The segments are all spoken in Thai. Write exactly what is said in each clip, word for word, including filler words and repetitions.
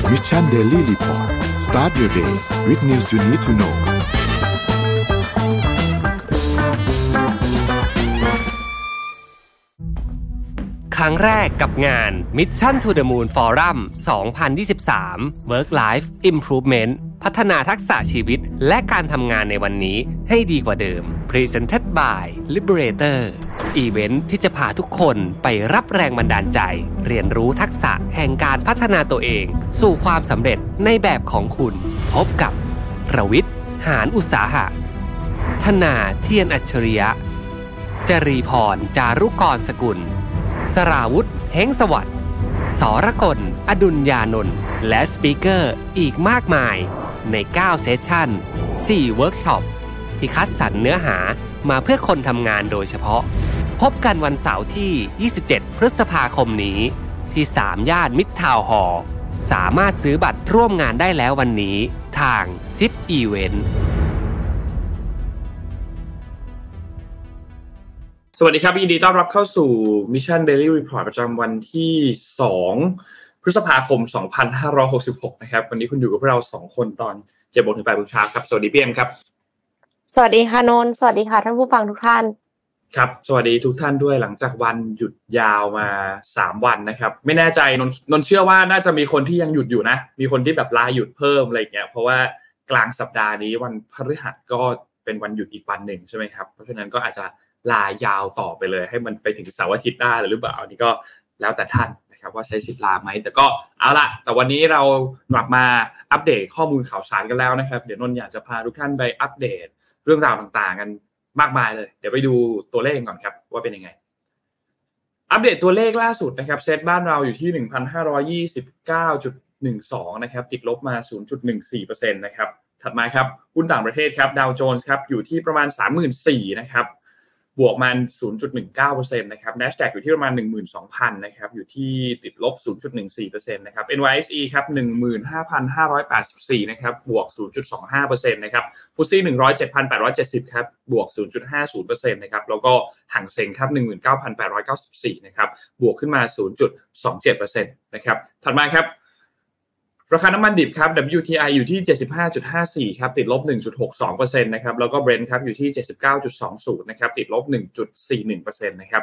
Mission Daily Report Start your day with news you need to know ครั้งแรกกับงาน Mission to the Moon Forum สองพันยี่สิบสาม Work Life Improvement พัฒนาทักษะชีวิตและการทำงานในวันนี้ให้ดีกว่าเดิม Presented by Liberator อีเวนท์ที่จะพาทุกคนไปรับแรงบันดาลใจเรียนรู้ทักษะแห่งการพัฒนาตัวเองสู่ความสำเร็จในแบบของคุณพบกับประวิทย์ หาญอุตสาหะธนาเทียนอัจฉริยะจรีพรจารุกรสกุลสราวุธเฮงสวัสดิ์สรกลอดุลยานนท์และสปีกเกอร์อีกมากมายในเก้าเซสชั่นสี่เวิร์กช็อปที่คัดสรรเนื้อหามาเพื่อคนทำงานโดยเฉพาะพบกันวันเสาร์ที่ยี่สิบเจ็ดพฤษภาคมนี้ที่สามย่านมิตรทาวน์ฮอลล์สามารถซื้อบัตรร่วมงานได้แล้ววันนี้ทาง ซิป Event สวัสดีครับยินดีต้อนรับเข้าสู่ Mission Daily Report ประจำวันที่สองพฤษภาคมสองพันห้าร้อยหกสิบหกนะครับวันนี้คุณอยู่กับพวกเราสองคนตอน เจ็ดโมง ถึง แปดโมง เช้าครับสวัสดีพี่เอ็มครับสวัสดีค่ะนนท์สวัสดีค่ะท่านผู้ฟังทุกท่านครับสวัสดีทุกท่านด้วยหลังจากวันหยุดยาวมาสามวันนะครับไม่แน่ใจนนท์นนท์เชื่อว่าน่าจะมีคนที่ยังหยุดอยู่นะมีคนที่แบบลาหยุดเพิ่มอะไรอย่างเงี้ยเพราะว่ากลางสัปดาห์นี้วันพฤหัสก็เป็นวันหยุดอีกวันนึงใช่มั้ยครับเพราะฉะนั้นก็อาจจะลายาวต่อไปเลยให้มันไปถึงเสาร์อาทิตย์ได้หรือเปล่าอันนี้ก็แล้วแต่ท่านนะครับว่าใช้สิทธิ์ลาไหมแต่ก็เอาละแต่วันนี้เรากลับมาอัปเดตข้อมูลข่าวสารกันแล้วนะครับเดี๋ยวนนท์อยากจะพาทุกท่านไปอัปเดตเรื่องราวต่างๆกันมากมายเลยเดี๋ยวไปดูตัวเลขก่อนครับว่าเป็นยังไงอัปเดตตัวเลขล่าสุดนะครับเซตบ้านเราอยู่ที่ หนึ่งพันห้าร้อยยี่สิบเก้าจุดหนึ่งสอง นะครับติดลบมา ศูนย์จุดหนึ่งสี่เปอร์เซ็นต์ นะครับถัดมาครับหุ้นต่างประเทศครับดาวโจนส์ครับอยู่ที่ประมาณ สามหมื่นสี่พัน นะครับบวกมัน ศูนย์จุดหนึ่งเก้าเปอร์เซ็นต์ นะครับ NASDAQ อยู่ที่ประมาณ หนึ่งหมื่นสองพัน นะครับอยู่ที่ติดลบ ศูนย์จุดหนึ่งสี่เปอร์เซ็นต์ นะครับ เอ็น วาย เอส อี ครับ หนึ่งหมื่นห้าพันห้าร้อยแปดสิบสี่ นะครับบวก ศูนย์จุดสองห้าเปอร์เซ็นต์ นะครับ เอฟ ที เอส อี หนึ่งร้อยเจ็ดพันแปดร้อยเจ็ดสิบ ครับบวก ศูนย์จุดห้าศูนย์เปอร์เซ็นต์ นะครับแล้วก็หังเส็งครับ หนึ่งหมื่นเก้าพันแปดร้อยเก้าสิบสี่ นะครับบวกขึ้นมา ศูนย์จุดสองเจ็ดเปอร์เซ็นต์ นะครับถัดมาครับราคาน้ำมันดิบครับ ดับเบิลยู ที ไอ อยู่ที่ เจ็ดสิบห้าจุดห้าสี่ ครับติดลบ หนึ่งจุดหกสองเปอร์เซ็นต์ นะครับแล้วก็ Brent ครับอยู่ที่ เจ็ดสิบเก้าจุดสองศูนย์ นะครับติดลบ หนึ่งจุดสี่หนึ่งเปอร์เซ็นต์ นะครับ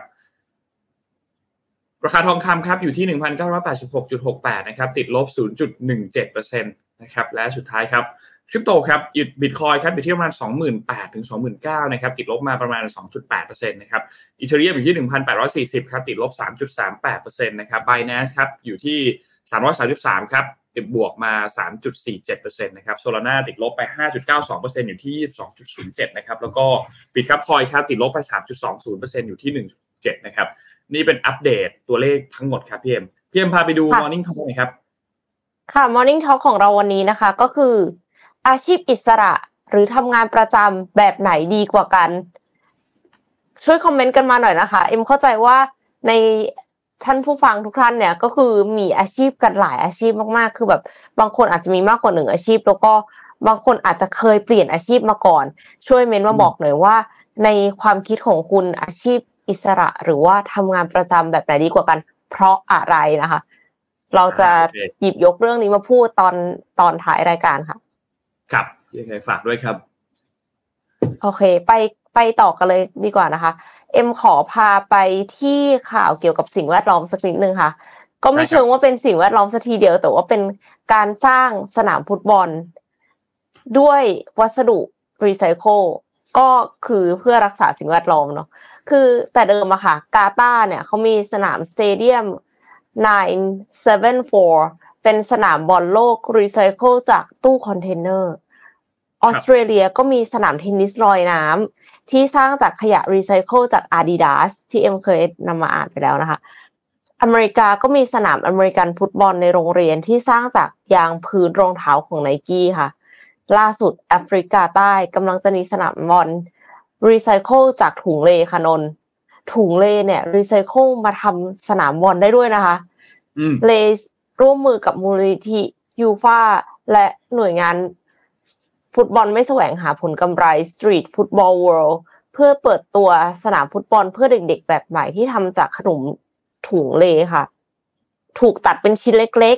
ราคาทองคำครับอยู่ที่ หนึ่งพันเก้าร้อยแปดสิบหกจุดหกแปด นะครับติดลบ ศูนย์จุดหนึ่งเจ็ดเปอร์เซ็นต์ นะครับและสุดท้ายครับคริปโตครับหยุด Bitcoin ครับอยู่ที่ประมาณ สองหมื่นแปดพัน ถึง สองหมื่นเก้าพัน นะครับติดลบมาประมาณ สองจุดแปดเปอร์เซ็นต์ นะครับ Ethereum อยู่ที่ หนึ่งพันแปดร้อยสี่สิบ ครับติดลบ สามจุดสามแปดเปอร์เซ็นต์ นะครับ Binance ครับอยู่ที่สามร้อยสามสิบสามครับติดบวกมา สามจุดสี่เจ็ดเปอร์เซ็นต์ นะครับ Solana ติดลบไป ห้าจุดเก้าสองเปอร์เซ็นต์ อยู่ที่ ยี่สิบสองจุดศูนย์เจ็ด นะครับแล้วก็ Bitcoin ครับติดลบไป สามจุดสองศูนย์เปอร์เซ็นต์ อยู่ที่ หนึ่งจุดเจ็ด นะครับนี่เป็นอัปเดตตัวเลขทั้งหมดครับพี่เอ็มพี่เอ็มพาไปดู Morning Talk หน่อยครับค่ะ Morning Talk ของเราวันนี้นะคะก็คืออาชีพอิสระหรือทำงานประจำแบบไหนดีกว่ากันช่วยคอมเมนต์กันมาหน่อยนะคะเอ็มเข้าใจว่าในท่านผู้ฟังทุกท่านเนี่ยก็คือมีอาชีพกันหลายอาชีพมากๆคือแบบบางคนอาจจะมีมากกว่าหนึ่งอาชีพแล้วก็บางคนอาจจะเคยเปลี่ยนอาชีพมาก่อนช่วยเมนต์มาบอกหน่อยว่าในความคิดของคุณอาชีพอิสระหรือว่าทำงานประจำแบบไหนดีกว่ากันเพราะอะไรนะคะเราจะหยิบยกเรื่องนี้มาพูดตอนตอนท้ายรายการค่ะครับยังไงฝากด้วยครับโอเคไปไปต่อกันเลยดีกว่านะคะเอ็มขอพาไปที่ข่าวเกี่ยวกับสิ่งแวดล้อมสักนิดนึงค่ะก็ไม่เชิงว่าเป็นสิ่งแวดล้อมสักทีเดียวแต่ว่าเป็นการสร้างสนามฟุตบอลด้วยวัสดุรีไซเคิลก็คือเพื่อรักษาสิ่งแวดล้อมเนาะคือแต่เดิมอะค่ะกาตาร์เนี่ยเขามีสนามสเตเดียมเก้าเจ็ดสี่เป็นสนามบอลโลกรีไซเคิลจากตู้คอนเทนเนอร์ออสเตรเลียก็มีสนามเทนนิสลอยน้ำที่สร้างจากขยะรีไซเคิลจาก Adidas ที่เอ็มเคยนำมาอ่านไปแล้วนะคะอเมริกาก็มีสนามอเมริกันฟุตบอลในโรงเรียนที่สร้างจากยางพื้นรองเท้าของ Nike ค่ะล่าสุดแอฟริกาใต้กำลังจะมีสนามบอลรีไซเคิลจากถุงเลค่ะนนท์ถุงเลเนี่ยรีไซเคิลมาทำสนามบอลได้ด้วยนะคะเลร่วมมือกับมูลนิธิยูฟ่าและหน่วยงานฟุตบอลไม่แสวงหาผลกำไร Street Football World เพื่อเปิดตัวสนามฟุตบอลเพื่อเด็กๆแบบใหม่ที่ทำจากขนมถุงเลค่ะถูกตัดเป็นชิ้นเล็ก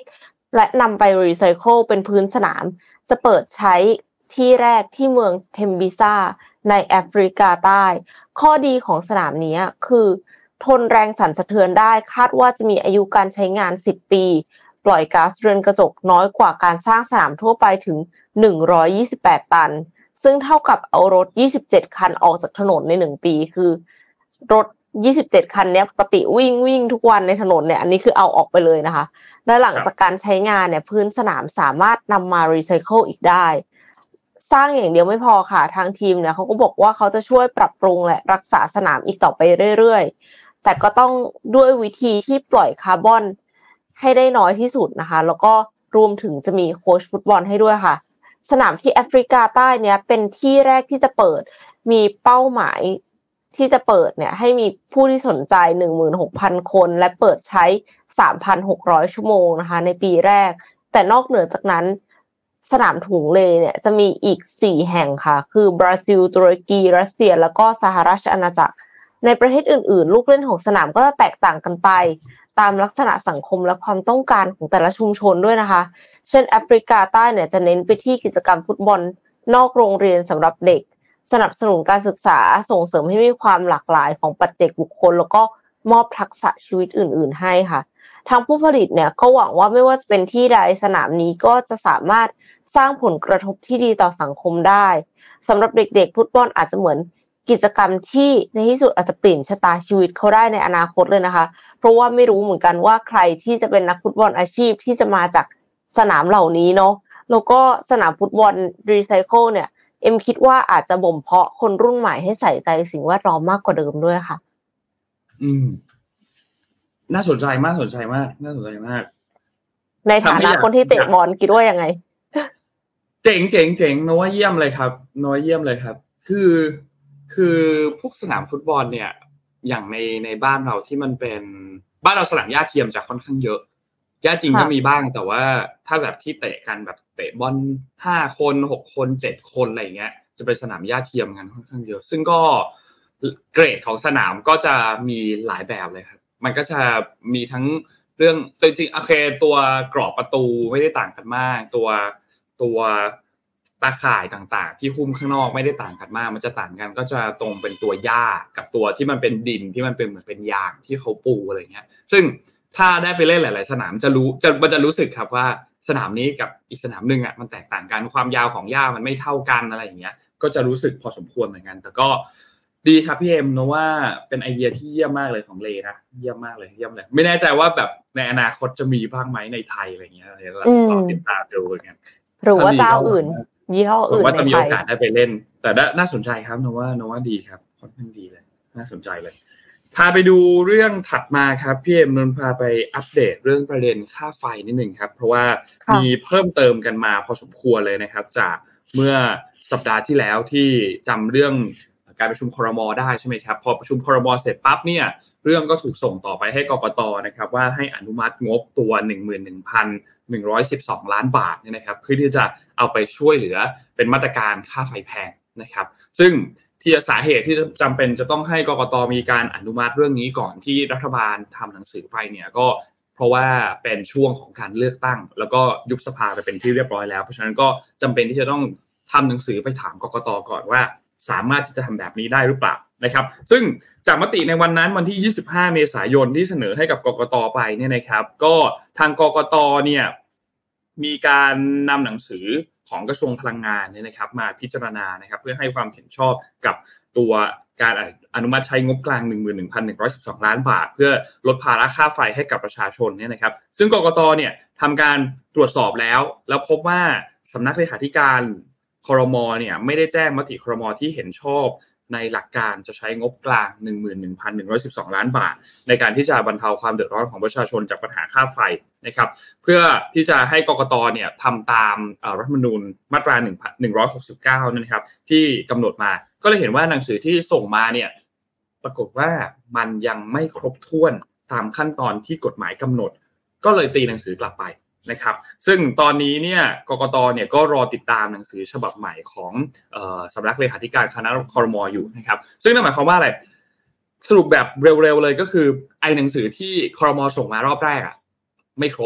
และนำไปรีไซเคิลเป็นพื้นสนามจะเปิดใช้ที่แรกที่เมืองเทมบิซาในแอฟริกาใต้ข้อดีของสนามนี้คือทนแรงสั่นสะเทือนได้คาดว่าจะมีอายุการใช้งานสิบปีปล่อยก๊าซเรือนกระจกน้อยกว่าการสร้างสนามทั่วไปถึงหนึ่งร้อยยี่สิบแปดตันซึ่งเท่ากับเอารถยี่สิบเจ็ดคันออกจากถนนในหนึ่งปีคือรถยี่สิบเจ็ดคันเนี้ยปกติวิ่งวิ่งทุกวันในถนนเนี่ยอันนี้คือเอาออกไปเลยนะคะและหลังจากการใช้งานเนี่ยพื้นสนามสามารถนำมารีไซเคิลอีกได้สร้างอย่างเดียวไม่พอค่ะทางทีมเนี่ยเขาก็บอกว่าเขาจะช่วยปรับปรุงและรักษาสนามอีกต่อไปเรื่อยๆแต่ก็ต้องด้วยวิธีที่ปล่อยคาร์บอนให้ได้น้อยที่สุดนะคะแล้วก็รวมถึงจะมีโค้ชฟุตบอลให้ด้วยค่ะสนามที่แอฟริกาใต้เนี่ยเป็นที่แรกที่จะเปิดมีเป้าหมายที่จะเปิดเนี่ยให้มีผู้ที่สนใจ หนึ่งหมื่นหกพัน คนและเปิดใช้ สามพันหกร้อย ชั่วโมงนะคะในปีแรกแต่นอกเหนือจากนั้นสนามถุงเลเนี่ยจะมีอีกสี่แห่งค่ะคือบราซิลตุรกีรัสเซียแล้วก็สหราชอาณาจักรในประเทศอื่นๆลูกเล่นของสนามก็จะแตกต่างกันไปตามลักษณะสังคมและความต้องการของแต่ละชุมชนด้วยนะคะเช่นแอฟริกาใต้เนี่ยจะเน้นไปที่กิจกรรมฟุตบอลนอกโรงเรียนสำหรับเด็กสนับสนุนการศึกษาส่งเสริมให้มีความหลากหลายของปัจเจกบุคคลแล้วก็มอบทักษะชีวิตอื่นๆให้ค่ะทางผู้ผลิตเนี่ยก็หวังว่าไม่ว่าจะเป็นที่ใดสนามนี้ก็จะสามารถสร้างผลกระทบที่ดีต่อสังคมได้สำหรับเด็กๆฟุตบอลอาจจะเหมือนกิจกรรมที่ในที่สุดอาจจะเปลี่ยนชะตาชีวิตเขาได้ในอนาคตเลยนะคะเพราะว่าไม่รู้เหมือนกันว่าใครที่จะเป็นนักฟุตบอลอาชีพที่จะมาจากสนามเหล่านี้เนาะแล้วก็สนามฟุตบอลรีไซเคิลเนี่ยเอ็มคิดว่าอาจจะบ่มเพาะคนรุ่นใหม่ให้ใส่ใจสิ่งแวดล้อมมากกว่าเดิมด้วยค่ะอืมน่าสนใจมากสนใจมากน่าสนใจมากในฐานะคนที่เตะบอลคิดว่ายังไงเจ๋งเจ๋งเจ๋งโน้ยเยี่ยมเลยครับโน้ยเยี่ยมเลยครับคือคือพวกสนามฟุตบอลเนี่ยอย่างในในบ้านเราที่มันเป็นบ้านเราสนามหญ้าเทียมจะค่อนข้างเยอะหญ้าจริงก็มีบ้างแต่ว่าถ้าแบบที่เตะกันแบบเตะบอลห้าคนหกคนเจ็ดคนอะไรอย่างเงี้ยจะเป็นสนามหญ้าเทียมกันค่อนข้างเยอะซึ่งก็เกรดของสนามก็จะมีหลายแบบเลยครับมันก็จะมีทั้งเรื่องจริงๆโอเคตัวกรอบประตูไม่ได้ต่างกันมากตัวตัวตาข่ายต่างๆที่หุ้มข้างนอกไม่ได้ต่างกันมากมันจะต่างกันก็จะตรงเป็นตัวหญ้ากับตัวที่มันเป็นดินที่มันเป็นเหมือนเป็นยางที่เขาปูอะไรเงี้ยซึ่งถ้าได้ไปเล่นหลายๆสนามจะรู้จะมันจะรู้สึกครับว่าสนามนี้กับอีกสนามนึงอ่ะมันแตกต่างกันความยาวของหญ้ามันไม่เท่ากันอะไรอย่างเงี้ยก็จะรู้สึกพอสมควรเหมือนกันแต่ก็ดีครับพี่เอ็มนะว่าเป็นไอเดียที่เยี่ยมมากเลยของเลนะเยี่ยมมากเลยเยี่ยมเลยไม่แน่ใจว่าแบบในอนาคตจะมีบ้างไหมในไทยอะไรเงี้ยเราติดตามดูอย่างเงี้ยหรือว่าเจ้าอื่นยี่ห้ออื่นว่าจะมีโอกาสได้ไปเล่นแต่น่าสนใจครับนะว่านะว่าดีครับค่อนข้างดีเลยน่าสนใจเลยพาไปดูเรื่องถัดมาครับพี่เอ็มนนท์พาไปอัปเดตเรื่องประเด็นค่าไฟนิดนึงครับเพราะว่ามีเพิ่มเติมกันมาพอสมควรเลยนะครับจากเมื่อสัปดาห์ที่แล้วที่จำเรื่องการประชุมครม.ได้ใช่ไหมครับพอประชุมครม.เสร็จปั๊บเนี่ยเรื่องก็ถูกส่งต่อไปให้กกต.นะครับว่าให้อนุมัติงบตัว หนึ่งหมื่นหนึ่งพันหนึ่งร้อยสิบสอง ล้านบาทเนี่ยนะครับเพื่อที่จะเอาไปช่วยเหลือเป็นมาตรการค่าไฟแพงนะครับซึ่งที่สาเหตุที่จำเป็นจะต้องให้กกต.มีการอนุมัติเรื่องนี้ก่อนที่รัฐบาลทำหนังสือไปเนี่ยก็เพราะว่าเป็นช่วงของการเลือกตั้งแล้วก็ยุบสภาไปเป็นที่เรียบร้อยแล้วเพราะฉะนั้นก็จำเป็นที่จะต้องทำหนังสือไปถามกกต.ก่อนว่าสามารถที่จะทำแบบนี้ได้หรือเปล่านะครับซึ่งจากมติในวันนั้นวันที่ยี่สิบห้าเมษายนที่เสนอให้กับกกต.ไปเนี่ยนะครับก็ทางกกต.เนี่ยมีการนำหนังสือของกระทรวงพลังงานเนี่ยนะครับมาพิจารณานะครับเพื่อให้ความเห็นชอบกับตัวการอนุมัติใช้งบกลาง หนึ่งหมื่นหนึ่งพันหนึ่งร้อยสิบสอง ล้านบาทเพื่อลดภาระค่าไฟให้กับประชาชนเนี่ยนะครับซึ่งกกต.เนี่ยทำการตรวจสอบแล้วแล้วพบว่าสำนักเลขาธิการครม.เนี่ยไม่ได้แจ้งมติครม.ที่เห็นชอบในหลักการจะใช้งบกลาง หนึ่งหมื่นหนึ่งพันหนึ่งร้อยสิบสอง ล้านบาทในการที่จะบรรเทาความเดือดร้อนของประชาชนจากปัญหาค่าไฟนะครับเพื่อที่จะให้กกต.เนี่ยทำตามรัฐธรรมนูญมาตราหนึ่งร้อยหกสิบเก้านะครับที่กำหนดมาก็เลยเห็นว่าหนังสือที่ส่งมาเนี่ยปรากฏว่ามันยังไม่ครบถ้วนตามขั้นตอนที่กฎหมายกำหนดก็เลยตีหนังสือกลับไปนะครับซึ่งตอนนี้เนี่ยกกต.เนี่ยก็รอติดตามหนังสือฉบับใหม่ของเอ่อสำนักเลขาธิการคณะครม.อยู่นะครับซึ่งนั่นหมายความว่าอะไรสรุปแบบเร็วๆเลยก็คือไอ้หนังสือที่ครม.ส่งมารอบแรกอ่ะไม่ครบ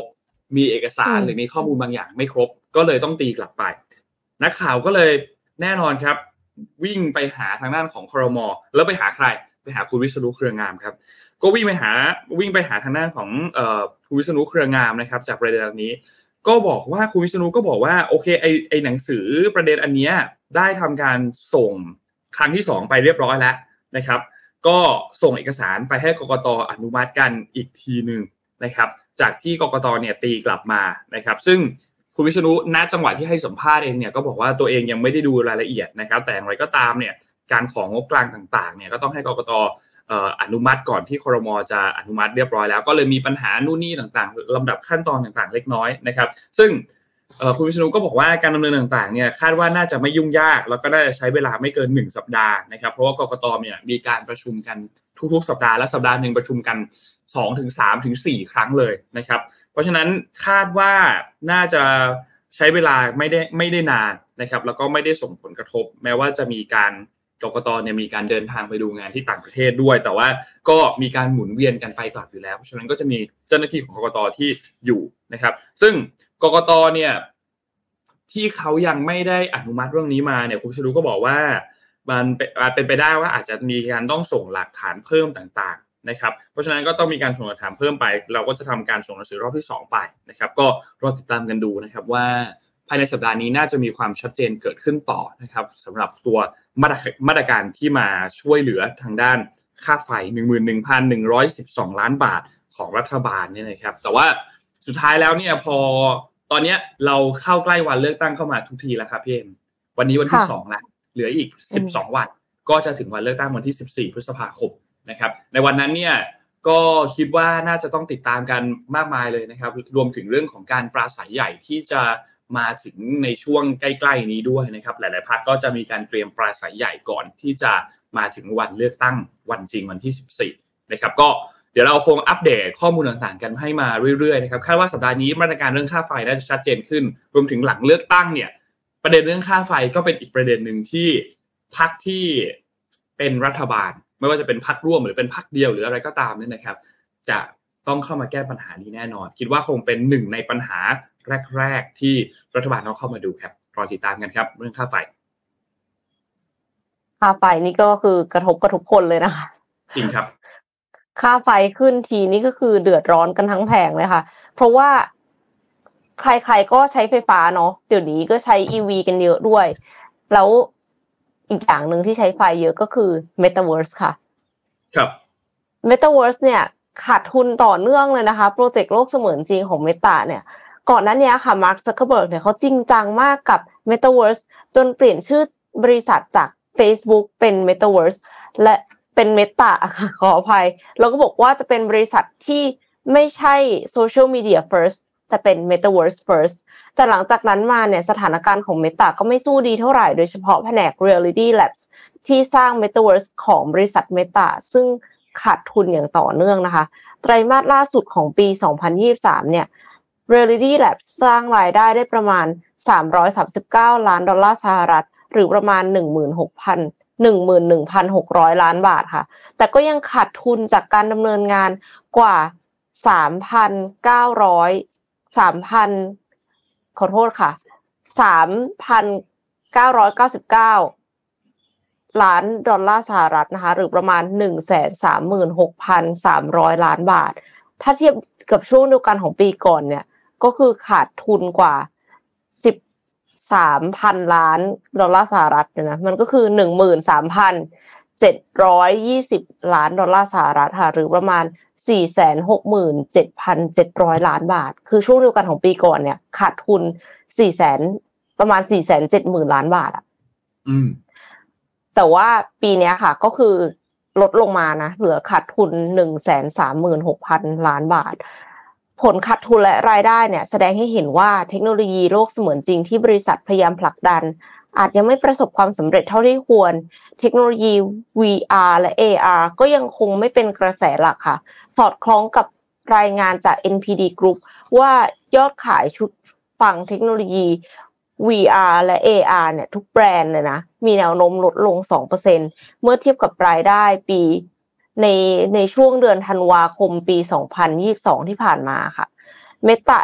มีเอกสารหรือมีข้อมูลบางอย่างไม่ครบก็เลยต้องตีกลับไปนักข่าวก็เลยแน่นอนครับวิ่งไปหาทางด้านของครม.แล้วไปหาใครไปหาคุณวิษณุเครืองามครับก็วิ่งไปหาวิ่งไปหาทางด้านของเอ่อคุณวิษณุเครืองามนะครับจากประเด็นนี้ก็บอกว่าคุณวิษณุก็บอกว่าโอเคไอไอหนังสือประเด็นอันเนี้ยได้ทำการส่งครั้งที่สองไปเรียบร้อยแล้วนะครับก็ส่งเอกสารไปให้กกต.อนุมัติกันอีกทีนึงนะครับจากที่กกต.เนี่ยตีกลับมานะครับซึ่งคุณวิษณุณจังหวะที่ให้สัมภาษณ์เองเนี่ยก็บอกว่าตัวเองยังไม่ได้ดูรายละเอียดนะครับแต่อย่างไรก็ตามเนี่ยการของงบกลางต่างๆเนี่ยก็ต้องให้กกต.เอ่ออนุมัติก่อนที่ครม.จะอนุมัติเรียบร้อยแล้วก็เลยมีปัญหานู่นนี่ต่างๆลำดับขั้นตอนต่างๆเล็กน้อยนะครับซึ่งเอ่อคุณวิษณุก็บอกว่าการดำเนินต่างๆเนี่ยคาดว่าน่าจะไม่ยุ่งยากแล้วก็ได้ใช้เวลาไม่เกินหนึ่งสัปดาห์นะครับเพราะว่ากกต.เนี่ยมีการประชุมกันทุกๆสัปดาห์และสัปดาห์นึงประชุมกัน สองถึงสาม ถึง สี่ ครั้งเลยนะครับเพราะฉะนั้นคาดว่าน่าจะใช้เวลาไม่ได้ไม่ได้นานนะครับแล้วก็ไม่ได้ส่งผลกระทบแม้ว่าจะมีการกกต.เนี่ยมีการเดินทางไปดูงานที่ต่างประเทศด้วยแต่ว่าก็มีการหมุนเวียนกันไปกลับอยู่แล้วเพราะฉะนั้นก็จะมีเจ้าหน้าที่ของกกต.ที่อยู่นะครับซึ่งกกต.เนี่ยที่เขายังไม่ได้อนุมัติเรื่องนี้มาเนี่ยคุณวิษณุก็บอกว่ามันเป็นไปได้ว่าอาจจะมีการต้องส่งหลักฐานเพิ่มต่างๆนะครับเพราะฉะนั้นก็ต้องมีการส่งหลักฐานเพิ่มไปเราก็จะทำการส่งหนังสือรอบที่สองไปนะครับก็รอติดตามกันดูนะครับว่าภายในสัปดาห์นี้น่าจะมีความชัดเจนเกิดขึ้นต่อนะครับสำหรับตัวมาตรการที่มาช่วยเหลือทางด้านค่าไฟ หนึ่งหมื่นหนึ่งพันหนึ่งร้อยสิบสอง ล้านบาทของรัฐบาลเนี่ยนะครับแต่ว่าสุดท้ายแล้วเนี่ยพอตอนนี้เราเข้าใกล้วันเลือกตั้งเข้ามาทุกทีแล้วครับพี่เอ็มวันนี้วันที่สองแล้วเหลืออีกสิบสองวันก็จะถึงวันเลือกตั้งวันที่สิบสี่พฤษภาคมนะครับในวันนั้นเนี่ยก็คิดว่าน่าจะต้องติดตามกันมากมายเลยนะครับรวมถึงเรื่องของการปราศัยใหญ่ที่จะมาถึงในช่วงใกล้ๆนี้ด้วยนะครับหลายๆพรรคก็จะมีการเตรียมปราศัยใหญ่ก่อนที่จะมาถึงวันเลือกตั้งวันจริงวันที่สิบสี่นะครับก็เดี๋ยวเราคงอัปเดตข้อมูลต่างๆกันให้มาเรื่อยๆนะครับคาดว่าสัปดาห์นี้มาตรการเรื่องค่าไฟน่าจะชัดเจนขึ้นรวมถึงหลังเลือกตั้งเนี่ยประเด็นเรื่องค่าไฟก็เป็นอีกประเด็นนึงที่พรรคที่เป็นรัฐบาลไม่ว่าจะเป็นพรรคร่วมหรือเป็นพรรคเดียวหรืออะไรก็ตามเนี่ยนะครับจะต้องเข้ามาแก้ปัญหานี้แน่นอนคิดว่าคงเป็นหนึ่งในปัญหาแรกๆที่รัฐบาลต้องเข้ามาดูครับรอติดตามกันครับเรื่องค่าไฟค่าไฟนี่ก็คือกระทบกับทุกคนเลยนะคะจริงครับค่าไฟขึ้นทีนี่ก็คือเดือดร้อนกันทั้งแผงเลยค่ะเพราะว่าใครๆก็ใช้ไฟฟ้าเนาะเดี๋ยวนี้ก็ใช้ อี วี กันเยอะด้วยแล้วอีกอย่างนึงที่ใช้ไฟเยอะก็คือ Metaverse ค่ะครับ Metaverse เนี่ยขาดทุนต่อเนื่องเลยนะคะโปรเจกต์โลกเสมือนจริงของ Meta เนี่ยก่อนหน้านี้ค่ะ Mark Zuckerberg เนี่ยเขาจริงจังมากกับ Metaverse จนเปลี่ยนชื่อบริษัทจาก Facebook เป็น Metaverse และเป็น Meta ค่ะขออภัยแล้วก็บอกว่าจะเป็นบริษัทที่ไม่ใช่ Social Media First แต่เป็น Metaverse First แต่หลังจากนั้นมาเนี่ยสถานการณ์ของ Meta ก็ไม่สู้ดีเท่าไหร่โดยเฉพาะแผนก Reality Labs ที่สร้าง Metaverse ของบริษัท Meta ซึ่งขาดทุนอย่างต่อเนื่องนะคะไตรมาสล่าสุดของปีสองพันยี่สิบสามเนี่ย Reality Labs สร้างรายได้ได้ประมาณสามร้อยสามสิบเก้าล้านดอลลาร์สหรัฐหรือประมาณ หนึ่งหมื่นหกพัน หนึ่งหมื่นหนึ่งพันหกร้อย ล้านบาทค่ะแต่ก็ยังขาดทุนจากการดำเนินงานกว่า สามพันเก้าร้อย สามพัน ขอโทษค่ะ สามพันเก้าร้อยเก้าสิบเก้า ล้านดอลลาร์สหรัฐนะคะหรือประมาณ หนึ่งแสนสามหมื่นหกพันสามร้อย ล้านบาทถ้าเทียบกับช่วงเดียวกันของปีก่อนเนี่ยก็คือขาดทุนกว่าสิบสามพัน ล้านดอลลาร์สหรัฐนะมันก็คือ หนึ่งหมื่นสามพันเจ็ดร้อยยี่สิบ ล้านดอลลาร์สหรัฐค่ะหรือประมาณ สี่แสนหกหมื่นเจ็ดพันเจ็ดร้อย ล้านบาทคือช่วงเดียวกันของปีก่อนเนี่ยขาดทุน สี่แสน ประมาณ สี่แสนเจ็ดหมื่น ล้านบาทอ่ะอืมแต่ว่าปีนี้ค่ะก็คือลดลงมานะเหลือขาดทุน หนึ่งแสนสามหมื่นหกพัน ล้านบาทผลขาดทุนและรายได้เนี่ยแสดงให้เห็นว่าเทคโนโลยีโลกเสมือนจริงที่บริษัทพยายามผลักดันอาจยังไม่ประสบความสำเร็จเท่าที่ควรเทคโนโลยี วี อาร์ และ เอ อาร์ ก็ยังคงไม่เป็นกระแสหลักค่ะสอดคล้องกับรายงานจาก เอ็น พี ดี Group ว่ายอดขายชุดฟังเทคโนโลยี วี อาร์ และ เอ อาร์ เนี่ยทุกแบรนด์เลยนะมีแนวโน้มลดลง สองเปอร์เซ็นต์ เมื่อเทียบกับรายได้ปีในในช่วงเดือนธันวาคมปีสองพันยี่สิบสองที่ผ่านมาค่ะ Meta เนี่ย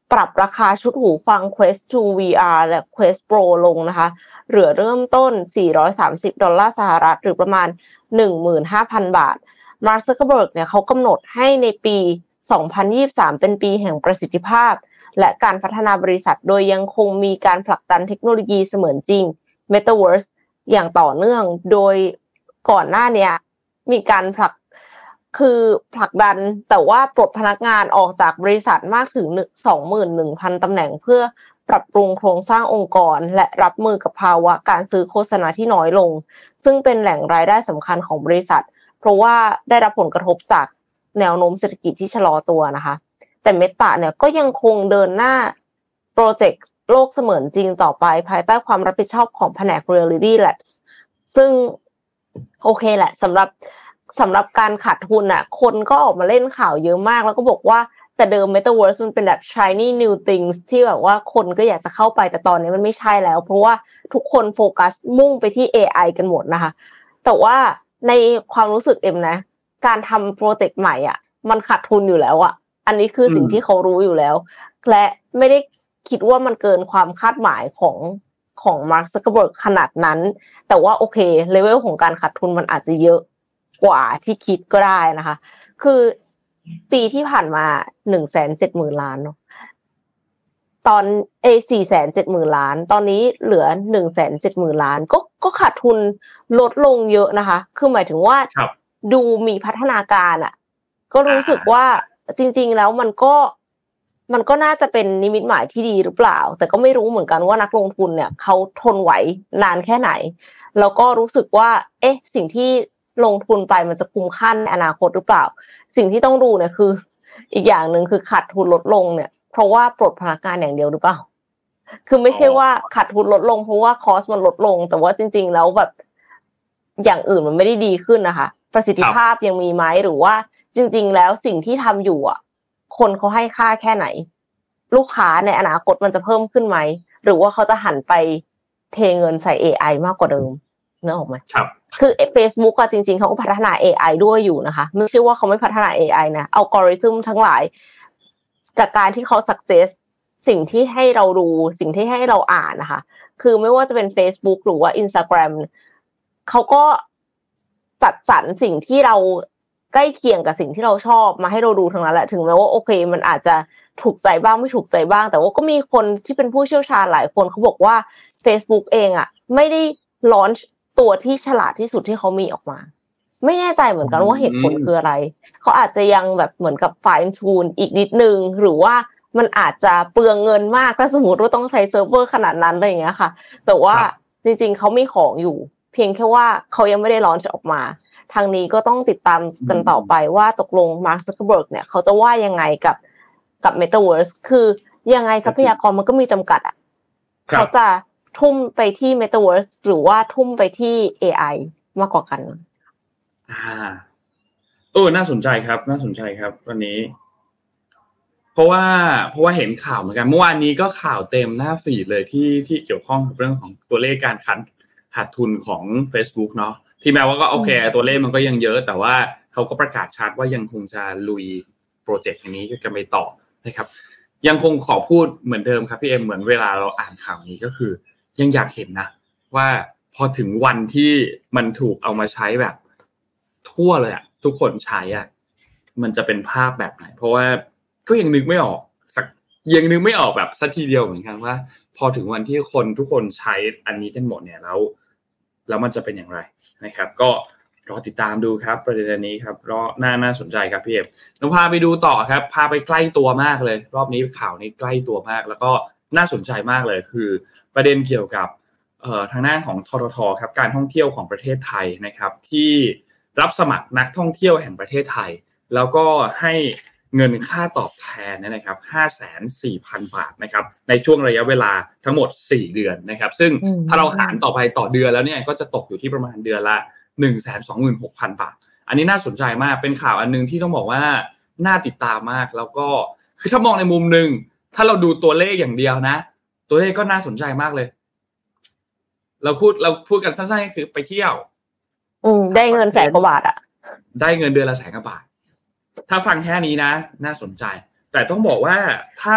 ปรับราคาชุดหูฟัง Quest ทู วี อาร์ และ Quest Pro ลงนะคะเหลือเริ่มต้นสี่ร้อยสามสิบดอลลาร์สหรัฐหรือประมาณ หนึ่งหมื่นห้าพัน บาท Mark Zuckerberg เนี่ยเขากำหนดให้ในปีสองพันยี่สิบสามเป็นปีแห่งประสิทธิภาพและการพัฒนาบริษัทโดยยังคงมีการผลักดันเทคโนโลยีเสมือนจริง Metaverse อย่างต่อเนื่องโดยก่อนหน้านี้มีการผลักคือผลักดันแต่ว่าปลดพนักงานออกจากบริษัทมากถึง สองหมื่นหนึ่งพัน ตำแหน่งเพื่อปรับปรุงโครงสร้างองค์กรและรับมือกับภาวะการซื้อโฆษณาที่น้อยลงซึ่งเป็นแหล่งรายได้สำคัญของบริษัทเพราะว่าได้รับผลกระทบจากแนวโน้มเศรษฐกิจที่ชะลอตัวนะคะแต่เมตาเนี่ยก็ยังคงเดินหน้าโปรเจกต์โลกเสมือนจริงต่อไปภายใต้ความรับผิดชอบของแผนก Reality Labs ซึ่งโอเคแหละสำหรับสำหรับการขาดทุนน่ะคนก็ออกมาเล่นข่าวเยอะมากแล้วก็บอกว่าแต่เดิม Metaverse มันเป็นแบบ shiny new things ที่แบบว่าคนก็อยากจะเข้าไปแต่ตอนนี้มันไม่ใช่แล้วเพราะว่าทุกคนโฟกัสมุ่งไปที่ เอ ไอ กันหมดนะคะแต่ว่าในความรู้สึกเอ็มนะการทำโปรเจกต์ใหม่อ่ะมันขาดทุนอยู่แล้วอ่ะอันนี้คือสิ่งที่เขารู้อยู่แล้วและไม่ได้คิดว่ามันเกินความคาดหมายของของ Mark Zuckerberg ขนาดนั้นแต่ว่าโอเคเลเวลของการขาดทุนมันอาจจะเยอะกว่าที่คิดก็ได้นะคะคือปีที่ผ่านมา หนึ่งแสนเจ็ดหมื่น ล้านเนาะตอนเอ สี่แสนเจ็ดหมื่น ล้านตอนนี้เหลือ หนึ่งแสนเจ็ดหมื่น ล้านก็ก็ขาดทุนลดลงเยอะนะคะคือหมายถึงว่าดูมีพัฒนาการอ่ะก็รู้สึกว่าจริงๆแล้วมันก็มันก็น่าจะเป็นนิมิตหมายที่ดีหรือเปล่าแต่ก็ไม่รู้เหมือนกันว่านักลงทุนเนี่ยเขาทนไหวนานแค่ไหนแล้วก็รู้สึกว่าเอ๊ะสิ่งที่ลงทุนไปมันจะคุ้มค่าในอนาคตหรือเปล่าสิ่งที่ต้องดูเนี่ยคืออีกอย่างนึงคือขาดทุนลดลงเนี่ยเพราะว่าปลดพนักงานอย่างเดียวหรือเปล่าคือไม่ใช่ว่าขาดทุนลดลงเพราะว่าคอสมันลดลงแต่ว่าจริงๆแล้วแบบอย่างอื่นมันไม่ได้ดีขึ้นนะคะประสิทธิภาพยังมีไหมหรือว่าจริงๆแล้วสิ่งที่ทำอยู่อ่ะคนเขาให้ค่าแค่ไหนลูกค้าในอนาคตมันจะเพิ่มขึ้นไหมหรือว่าเขาจะหันไปเทเงินใส่ เอ ไอ มากกว่าเดิมนึกออกไหมครับคือ Facebook อ่ะจริงๆเขาก็พัฒนา เอ ไอ ด้วยอยู่นะคะไม่ใช่ว่าเขาไม่พัฒนา เอ ไอ นะอัลกอริทึมทั้งหลายจากการที่เขา suggest สิ่งที่ให้เราดูสิ่งที่ให้เราอ่านนะคะคือไม่ว่าจะเป็น Facebook หรือว่า Instagram เขาก็จัดสรรสิ่งที่เราใกล้เคียงกับสิ่งที่เราชอบมาให้เราดูทั้งนั้นแหละถึงแม้ว่าโอเคมันอาจจะถูกใจบ้างไม่ถูกใจบ้างแต่ว่าก็มีคนที่เป็นผู้เชี่ยวชาญหลายคนเขาบอกว่า Facebook เองอ่ะไม่ได้ลอนช์ตัวที่ฉลาดที่สุดที่เขามีออกมาไม่แน่ใจเหมือนกันว่าเหตุผลคืออะไรเขาอาจจะยังแบบเหมือนกับ fine tune อีกนิดนึงหรือว่ามันอาจจะเปลืองเงินมากถ้าสมมติว่าต้องใช้เซิร์ฟเวอร์ขนาดนั้นอะไรอย่างเงี้ยค่ะแต่ว่าจริงๆเขามีของอยู่เพียงแค่ว่าเขายังไม่ได้ลอนช์ออกมาทางนี้ก็ต้องติดตามกันต่อไปว่าตกลง Mark Zuckerberg เนี่ยเขาจะว่ายังไงกับกับ Metaverse คือยังไงทรัพยากรมันก็มีจำกัดอ่ะเขาจะทุ่มไปที่ Metaverse หรือว่าทุ่มไปที่ เอ ไอ มากกว่ากันอ่าเออน่าสนใจครับน่าสนใจครับวันนี้เพราะว่าเพราะว่าเห็นข่าวเหมือนกันเมื่อวานนี้ก็ข่าวเต็มหน้าฟีดเลยที่ที่เกี่ยวข้องกับเรื่องของตัวเลขการขาดขาดทุนของ Facebook เนาะที่แม้ว่าก็โอเคตัวเลขมันก็ยังเยอะแต่ว่าเขาก็ประกาศชัดว่ายังคงจะลุยโปรเจกต์นี้กันไปต่อนะครับยังคงขอพูดเหมือนเดิมครับพี่เอ็มเหมือนเวลาเราอ่านข่าวนี้ก็คือยังอยากเห็นนะว่าพอถึงวันที่มันถูกเอามาใช้แบบทั่วเลยอ่ะทุกคนใช้อ่ะมันจะเป็นภาพแบบไหนเพราะว่าก็ยังนึกไม่ออกสักยังนึกไม่ออกแบบสักทีเดียวเหมือนกันว่าพอถึงวันที่คนทุกคนใช้อันนี้กันหมดเนี่ยแล้วแล้วมันจะเป็นอย่างไรนะครับก็รอติดตามดูครับประเด็นนี้ครับรอน่าน่าสนใจครับพี่เอ็มน้องพาไปดูต่อครับพาไปใกล้ตัวมากเลยรอบนี้ข่าวนี้ใกล้ตัวมากแล้วก็น่าสนใจมากเลยคือประเด็นเกี่ยวกับเอ่อทางด้านของทททครับการท่องเที่ยวของประเทศไทยนะครับที่รับสมัครนักท่องเที่ยวแห่งประเทศไทยแล้วก็ให้เงินค่าตอบแทนนะครับ ห้าแสนสี่พัน บาทนะครับในช่วงระยะเวลาทั้งหมดสี่เดือนนะครับซึ่งถ้าเราหารต่อไปต่อเดือนแล้วเนี่ยก็จะตกอยู่ที่ประมาณเดือนละ หนึ่งแสนสองหมื่นหกพัน บาทอันนี้น่าสนใจมากเป็นข่าวอันนึงที่ต้องบอกว่าน่าติดตามมากแล้วก็คือถ้ามองในมุมนึงถ้าเราดูตัวเลขอย่างเดียวนะตัวเลขก็น่าสนใจมากเลยเราพูดเราพูดกันสั้นๆคือไปเที่ยวอืมได้เงินแสนกว่าบาทอ่ะได้เงินเดือนละแสนกว่าบาทถ้าฟังแค่นี้นะน่าสนใจแต่ต้องบอกว่าถ้า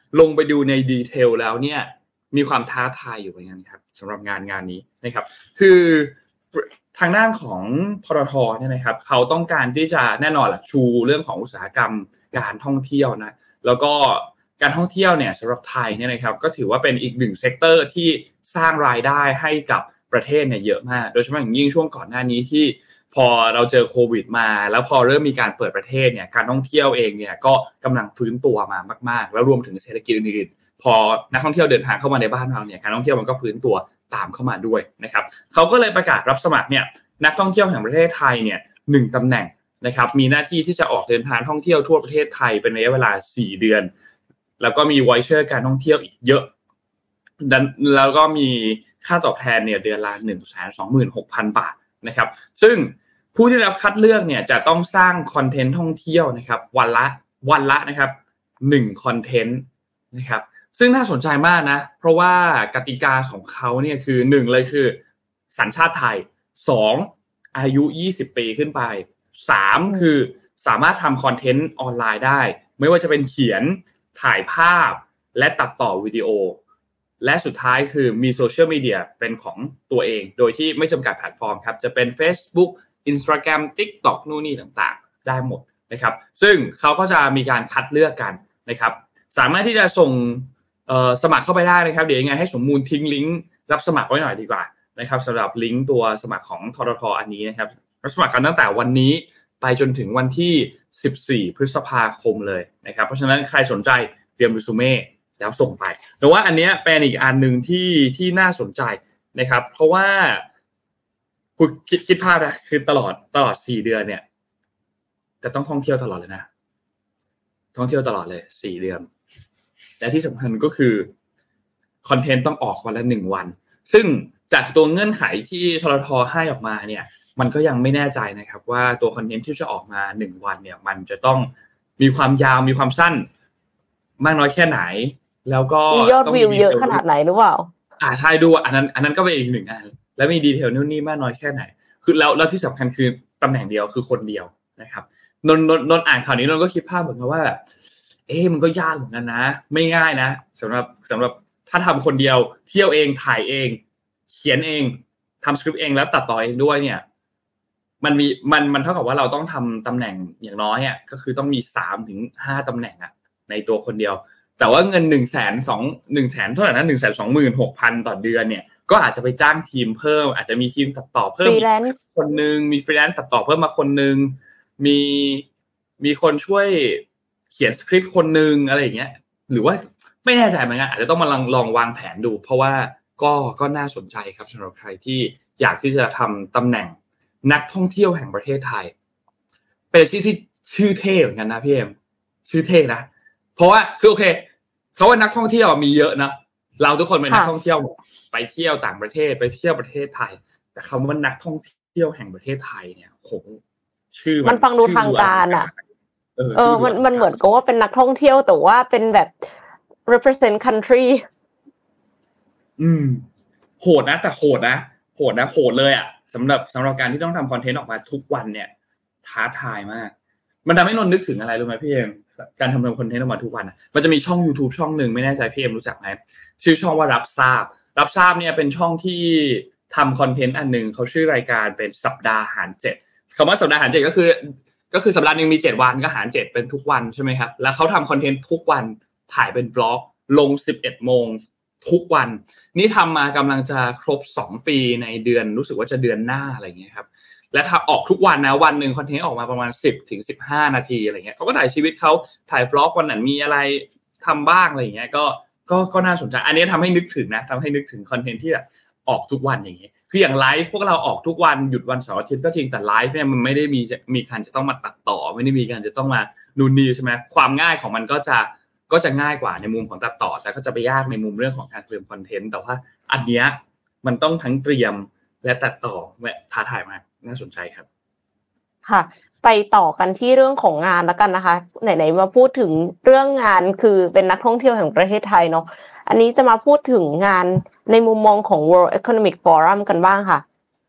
ลงไปดูในดีเทลแล้วเนี่ยมีความท้าทายอยู่เหมือนกันครับสำหรับงานงานนี้นะครับคือทางด้านของททท.เนี่ยนะครับเขาต้องการที่จะแน่นอนแหละชูเรื่องของอุตสาหกรรมการท่องเที่ยวนะแล้วก็การท่องเที่ยวเนี่ยสำหรับไทยเนี่ยนะครับก็ถือว่าเป็นอีกหนึ่งเซกเตอร์ที่สร้างรายได้ให้กับประเทศเนี่ยเยอะมากโดยเฉพาะอย่างยิ่งช่วงก่อนหน้านี้ที่พอเราเจอโควิดมาแล้วพอเริ่มมีการเปิดประเทศเนี่ยการท่องเที่ยวเองเนี่ยก็กำลังฟื้นตัวมามากๆแล้วรวมถึงเศรษฐกิจอื่นๆพอนักท่องเที่ยวเดินทางเข้ามาในบ้านเราเนี่ยการท่องเที่ยวมันก็ฟื้นตัวตามเข้ามาด้วยนะครับเขาก็เลยประกาศรับสมัครเนี่ยนักท่องเที่ยวแห่งประเทศไทยเนี่ยหนึ่งตำแหน่งนะครับมีหน้าที่ที่จะออกเดินทางท่องเที่ยวทั่วประเทศไทยเป็นระยะเวลาสี่เดือนแล้วก็มีไวเชอร์การท่องเที่ยวอีกเยอะแล้วก็มีค่าตอบแทนเนี่ยเดือนละ หนึ่งแสนสองหมื่นหกพัน บาทนะครับซึ่งผู้ที่รับคัดเลือกเนี่ยจะต้องสร้างคอนเทนต์ท่องเที่ยวนะครับวันละวันละนะครับหนึ่งคอนเทนต์นะครับซึ่งน่าสนใจมากนะเพราะว่ากติกาของเขาเนี่ยคือหนึ่งเลยคือสัญชาติไทยสองอายุยี่สิบปีขึ้นไปสามคือสามารถทำคอนเทนต์ออนไลน์ได้ไม่ว่าจะเป็นเขียนถ่ายภาพและตัดต่อวิดีโอและสุดท้ายคือมีโซเชียลมีเดียเป็นของตัวเองโดยที่ไม่จำกัดแพลตฟอร์มครับจะเป็น Facebook Instagram TikTok นู่นนี่ต่างๆได้หมดนะครับซึ่งเขาก็จะมีการคัดเลือกกันนะครับสามารถที่จะส่งเอ่อสมัครเข้าไปได้นะครับเดี๋ยวยังไงให้สมมูลทิ้งลิงก์รับสมัครไว้หน่อยดีกว่านะครับสำหรับลิงก์ตัวสมัครของททท.อันนี้นะครับรับสมัครกันตั้งแต่วันนี้ไปจนถึงวันที่สิบสี่พฤษภาคมเลยนะครับเพราะฉะนั้นใครสนใจเตรียมเรซูเม่แล้วส่งไปแต่ว่าอันนี้เป็นอีกอันนึงที่ที่น่าสนใจนะครับเพราะว่าคุณคิดคิดภาพนะคือตลอดตลอดสี่เดือนเนี่ยจะต้องท่องเที่ยวตลอดเลยนะท่องเที่ยวตลอดเลยสี่เดือนและที่สำคัญก็คือคอนเทนต์ต้องออกวันละหนึ่งวันซึ่งจากตัวเงื่อนไขที่ททท.ให้ออกมาเนี่ยมันก็ยังไม่แน่ใจนะครับว่าตัวคอนเทนต์ที่จะออกมาหนึ่งวันเนี่ยมันจะต้องมีความยาวมีความสั้นมากน้อยแค่ไหนแล้วก็มียอดวิวเยอะขนาดไหนหรือเปล่าอ่าใช่ดูอันนั้นอันนั้นก็เป็นอีกหนึ่งอันแล้วมีดีเทลนู่นนี่มากน้อยแค่ไหนคือแล้วแล้วที่สำคัญคือตำแหน่งเดียวคือคนเดียวนะครับนนนนอ่านข่าวนี้นนก็คิดภาพเหมือนกันว่าเอ๊ะมันก็ยากเหมือนกันนะไม่ง่ายนะสำหรับสำหรับถ้าทำคนเดียวเที่ยวเองถ่ายเองเขียนเองทำสคริปต์เองแล้วตัดต่อเองด้วยเนี่ยมันมีมันมันเท่ากับว่าเราต้องทำตำแหน่งอย่างน้อยอ่ะก็คือต้องมีสามถึงห้าตำแหน่งอ่ะในตัวคนเดียวแต่ว่าเงิน หนึ่งแสนสองหมื่น หนึ่งแสนเท่าไหร่นะ หนึ่งแสนสองหมื่นหกพัน ต่อเดือนเนี่ยก็อาจจะไปจ้างทีมเพิ่มอาจจะมีทีมตัดต่อเพิ่มคนนึงมีฟรีแลนซ์ตัดต่อเพิ่มมาคนนึงมีมีคนช่วยเขียนสคริปต์คนนึงอะไรอย่างเงี้ยหรือว่าไม่แน่ใจเหมือนกันอาจจะต้องมาลองลองวางแผนดูเพราะว่าก็ก็น่าสนใจครับสำหรับใครที่อยากที่จะทำตำแหน่งนักท่องเที่ยวแห่งประเทศไทยเป็นชื่อที่ชื่อเท่เหมือนกันนะพี่เอ็มชื่อเท่นะเพราะว่าคือโอเคเขาว่านักท่องเที่ยวมีเยอะนะเราทุกคนเป็นนักท่องเที่ยวไปเที่ยวต่างประเทศไปเที่ยวประเทศไทยแต่คำว่านักท่องเที่ยวแห่งประเทศไทยเนี่ยโหชื่อมันฟังดูทางการอ่ะเออเออมันมันเหมือนกับว่าเป็นนักท่องเที่ยวแต่ว่าเป็นแบบ represent country อืมโหดนะแต่โหดนะโหดนะโหดเลยอ่ะสำหรับสำหรับการที่ต้องทำคอนเทนต์ออกมาทุกวันเนี่ยท้าทายมากมันทำให้นนท์นึกถึงอะไรรู้ไหมพี่เอ็มการทำคอนเทนต์ออกมาทุกวันอ่ะมันจะมีช่อง YouTube ช่องนึงไม่แน่ใจพี่เอ็มรู้จักไหมชื่อช่องว่ารับทราบรับทราบเนี่ยเป็นช่องที่ทำคอนเทนต์อันนึงเขาชื่อรายการเป็นสัปดาห์หารเจ็ดคำว่าสัปดาห์หารเจ็ดก็คือก็คือสัปดาห์นึงมีเจ็ดวันก็หารเจ็ดเป็นทุกวันใช่ไหมครับแล้วเขาทำคอนเทนต์ทุกวันถ่ายเป็นบล็อกลง สิบเอ็ดโมงทุกวันนี่ทำมากำลังจะครบสองปีในเดือนรู้สึกว่าจะเดือนหน้าอะไรอย่างเงี้ยครับและถ้าออกทุกวันนะวันนึงคอนเทนต์ออกมาประมาณสิบถึงสิบห้านาทีอะไรเงี้ยเขาก็ถ่ายชีวิตเขาถ่ายบล็อกวันไหนมีอะไรทำบ้างอะไรอย่างเงี้ยก็ก็ก็น่าสนใจอันนี้ทำให้นึกถึงนะทำให้นึกถึงคอนเทนต์ที่แบบออกทุกวันอย่างเงี้ยคืออย่างไลฟ์พวกเราออกทุกวันหยุดวันเสาร์อาทิตย์ก็จริงแต่ไลฟ์เนี่ยมันไม่ได้มีมีการจะต้องมาตัดต่อไม่ได้มีการจะต้องมานู่นนี่ใช่ไหมความง่ายของมันก็จะก็จะง่ายกว่าในมุมของตัดต่อแต่ก็จะไปยากในมุมเรื่องของการเตรียมคอนเทนต์แต่ว่าอันเนี้ยมันต้องทั้งเตรียมและตัดต่อและท้าทายมากน่าสนใจครับค่ะไปต่อกันที่เรื่องของงานแล้วกันนะคะไหนๆมาพูดถึงเรื่องงานคือเป็นนักท่องเที่ยวแห่งประเทศไทยเนาะอันนี้จะมาพูดถึงงานในมุมมองของ World Economic Forum กันบ้างค่ะ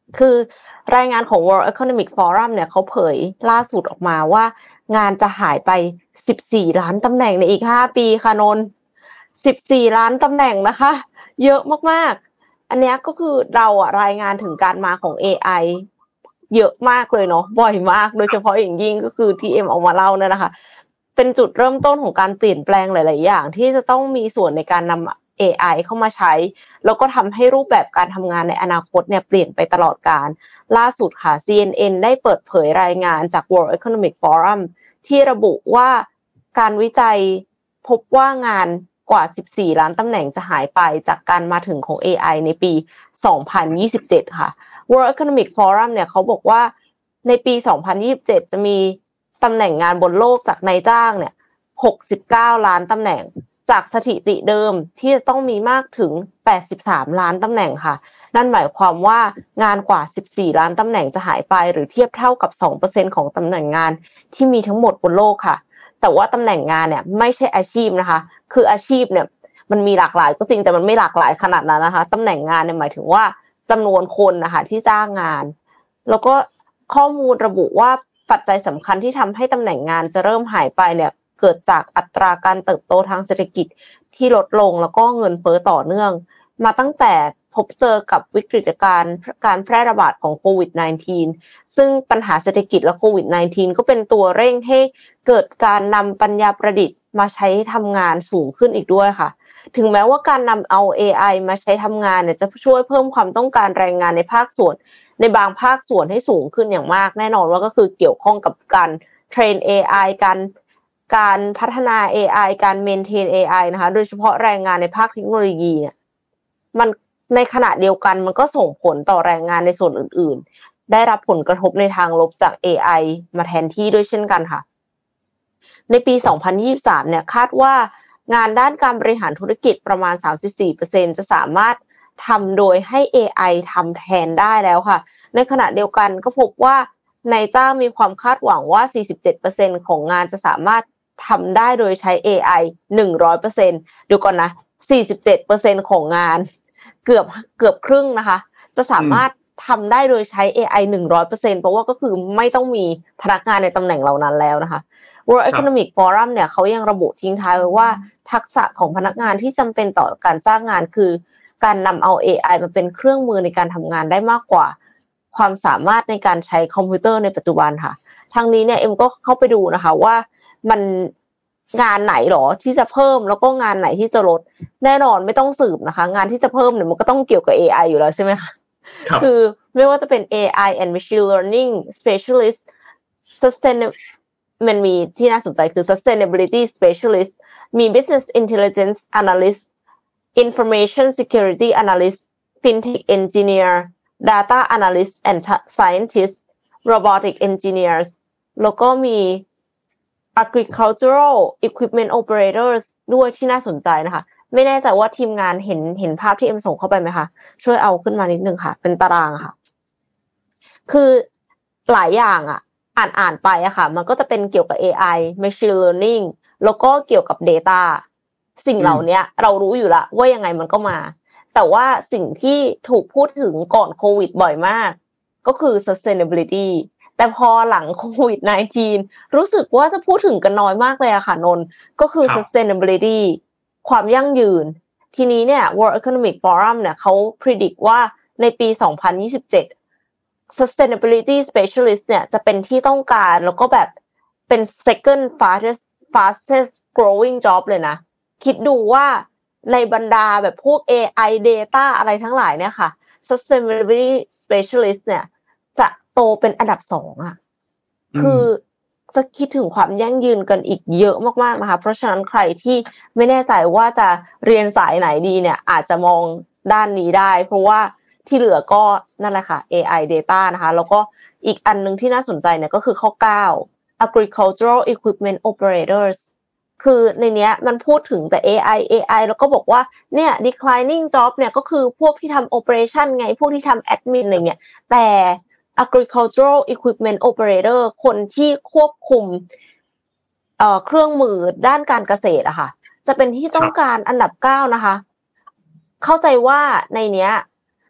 คือรายงานของ World Economic Forum เนี่ยเขาเผยล่าสุดออกมาว่างานจะหายไปสิบสี่ล้านตำแหน่งในอีกห้าปีค่ะนนท์สิบสี่ล้านตำแหน่งนะคะเยอะมากๆอันนี้ก็คือเราอะรายงานถึงการมาของ เอ ไอ เยอะมากเลยเนาะบ่อยมากโดยเฉพาะอย่างยิ่งก็คือที่เอ็มเอามาเล่าเนี่ยนะคะเป็นจุดเริ่มต้นของการเปลี่ยนแปลงหลายๆอย่างที่จะต้องมีส่วนในการนำ เอ ไอ เข้ามาใช้แล้วก็ทำให้รูปแบบการทำงานในอนาคตเนี่ยเปลี่ยนไปตลอดกาลล่าสุดค่ะ ซี เอ็น เอ็น ได้เปิดเผยรายงานจาก World Economic Forum ที่ระบุว่าการวิจัยพบว่างานกว่าสิบสี่ล้านตำแหน่งจะหายไปจากการมาถึงของ เอ ไอ ในปีสองพันยี่สิบเจ็ดค่ะ World Economic Forum เนี่ยเขาบอกว่าในปีสองพันยี่สิบเจ็ดจะมีตำแหน่งงานบนโลกจากนายจ้างเนี่ยหกสิบเก้าล้านตำแหน่งจากสถิติเดิมที่จะต้องมีมากถึงแปดสิบสามล้านตำแหน่งค่ะนั่นหมายความว่างานกว่าสิบสี่ล้านตำแหน่งจะหายไปหรือเทียบเท่ากับ สองเปอร์เซ็นต์ ของตำแหน่งงานที่มีทั้งหมดบนโลกค่ะแต่ว่าตำแหน่งงานเนี่ยไม่ใช่อาชีพนะคะคืออาชีพเนี่ยมันมีหลากหลายก็จริงแต่มันไม่หลากหลายขนาดนั้นนะคะตำแหน่งงานเนี่ยหมายถึงว่าจำนวนคนนะคะที่จ้างงานแล้วก็ข้อมูลระบุว่าปัจจัยสำคัญที่ทำให้ตำแหน่งงานจะเริ่มหายไปเนี่ยเกิดจากอัตราการเติบโตทางเศรษฐกิจที่ลดลงแล้วก็เงินเฟ้อต่อเนื่องมาตั้งแต่พบเจอกับวิกฤตการณ์การแพร่ระบาดของโควิด สิบเก้า ซึ่งปัญหาเศรษฐกิจและโควิด สิบเก้า ก็เป็นตัวเร่งให้เกิดการนำปัญญาประดิษฐ์มาใช้ทำงานสูงขึ้นอีกด้วยค่ะถึงแม้ว่าการนำเอา เอ ไอ มาใช้ทำงานเนี่ยจะช่วยเพิ่มความต้องการแรงงานในภาคส่วนในบางภาคส่วนให้สูงขึ้นอย่างมากแน่นอนว่าก็คือเกี่ยวข้องกับการเทรน เอ ไอ การการพัฒนา เอ ไอ การเมนเทน เอ ไอ นะคะโดยเฉพาะแรงงานในภาคเทคโนโลยีเนี่ยมันในขณะเดียวกันมันก็ส่งผลต่อแรงงานในส่วนอื่นๆได้รับผลกระทบในทางลบจาก เอ ไอ มาแทนที่ด้วยเช่นกันค่ะในปีสองพันยี่สิบสามเนี่ยคาดว่างานด้านการบริหารธุรกิจประมาณ สามสิบสี่เปอร์เซ็นต์ จะสามารถทำโดยให้ เอ ไอ ทำแทนได้แล้วค่ะในขณะเดียวกันก็พบว่านายจ้างมีความคาดหวังว่า สี่สิบเจ็ดเปอร์เซ็นต์ ของงานจะสามารถทำได้โดยใช้ เอ ไอ หนึ่งร้อยเปอร์เซ็นต์ เดี๋ยวก่อนนะ สี่สิบเจ็ดเปอร์เซ็นต์ ของงานเกือบเกือบครึ่งนะคะจะสามารถทำได้โดยใช้ เอ ไอ หนึ่งร้อยเปอร์เซ็นต์ เพราะว่าก็คือไม่ต้องมีพนักงานในตำแหน่งเหล่านั้นแล้วนะคะ World Economic Forum เนี่ยเขายังระบุทิ้งท้ายไว้ว่าทักษะของพนักงานที่จำเป็นต่อการจ้างงานคือการนำเอา เอ ไอ มาเป็นเครื่องมือในการทำงานได้มากกว่าความสามารถในการใช้คอมพิวเตอร์ในปัจจุบันค่ะทางนี้เนี่ยเอ็มก็เข้าไปดูนะคะว่ามันงานไหนหรอที่จะเพิ่มแล้วก็งานไหนที่จะลดแน่นอนไม่ต้องสืบนะคะงานที่จะเพิ่มเนี่ยมันก็ต้องเกี่ยวกับ เอ ไอ อยู่แล้วใช่ไหมคะคือไม่ว่าจะเป็น เอ ไอ and Machine Learning Specialist Sustainable มันมีที่น่าสนใจคือ Sustainability Specialist มี Business Intelligence Analyst Information Security Analyst Fintech Engineer Data Analyst and Scientist Robotic Engineers แล้วก็มี Agricultural Equipment Operators ด้วยที่น่าสนใจนะคะไม่แน่ใจว่าทีมงานเห็นเห็นภาพที่เอ็มส่งเข้าไปไหมคะช่วยเอาขึ้นมานิดนึงค่ะเป็นตารางค่ะคือหลายอย่างอ่ะอ่านอ่านไปอะค่ะมันก็จะเป็นเกี่ยวกับ เอ ไอ Machine Learning แล้วก็เกี่ยวกับ Data สิ่งเหล่านี้เรารู้อยู่ละว่ายังไงมันก็มาแต่ว่าสิ่งที่ถูกพูดถึงก่อนโควิดบ่อยมากก็คือ Sustainability แต่พอหลังโควิด สิบเก้า รู้สึกว่าจะพูดถึงกันน้อยมากเลยอะค่ะนนท์ก็คือ Sustainability ความยั่งยืนทีนี้เนี่ย World Economic Forum เนี่ยเขา predict ว่าในปีสองพันยี่สิบเจ็ด Sustainability Specialist เนี่ยจะเป็นที่ต้องการแล้วก็แบบเป็น second fastest fastest growing job เลยนะคิดดูว่าในบรรดาแบบพวก เอ ไอ Data อะไรทั้งหลายเนี่ยค่ะ Sustainability Specialist เนี่ยจะโตเป็นอันดับสองอ่ะคือจะคิดถึงความยั่งยืนกันอีกเยอะมากๆนะคะเพราะฉะนั้นใครที่ไม่แน่ใจว่าจะเรียนสายไหนดีเนี่ยอาจจะมองด้านนี้ได้เพราะว่าที่เหลือก็นั่นแหละค่ะ เอ ไอ Data นะคะแล้วก็อีกอันนึงที่น่าสนใจเนี่ยก็คือข้อเก้า Agricultural Equipment Operators คือในเนี้ยมันพูดถึงแต่ เอ ไอ เอ ไอ แล้วก็บอกว่าเนี่ย declining job เนี่ยก็คือพวกที่ทำ operation ไงพวกที่ทำ admin อะไรเงี้ยแต่ agricultural equipment operator คนที่ควบคุมเอ่อเครื่องมือด้านการเกษตรอะค่ะจะเป็นที่ต้องการอันดับเก้านะคะเข้าใจว่าในเนี้ย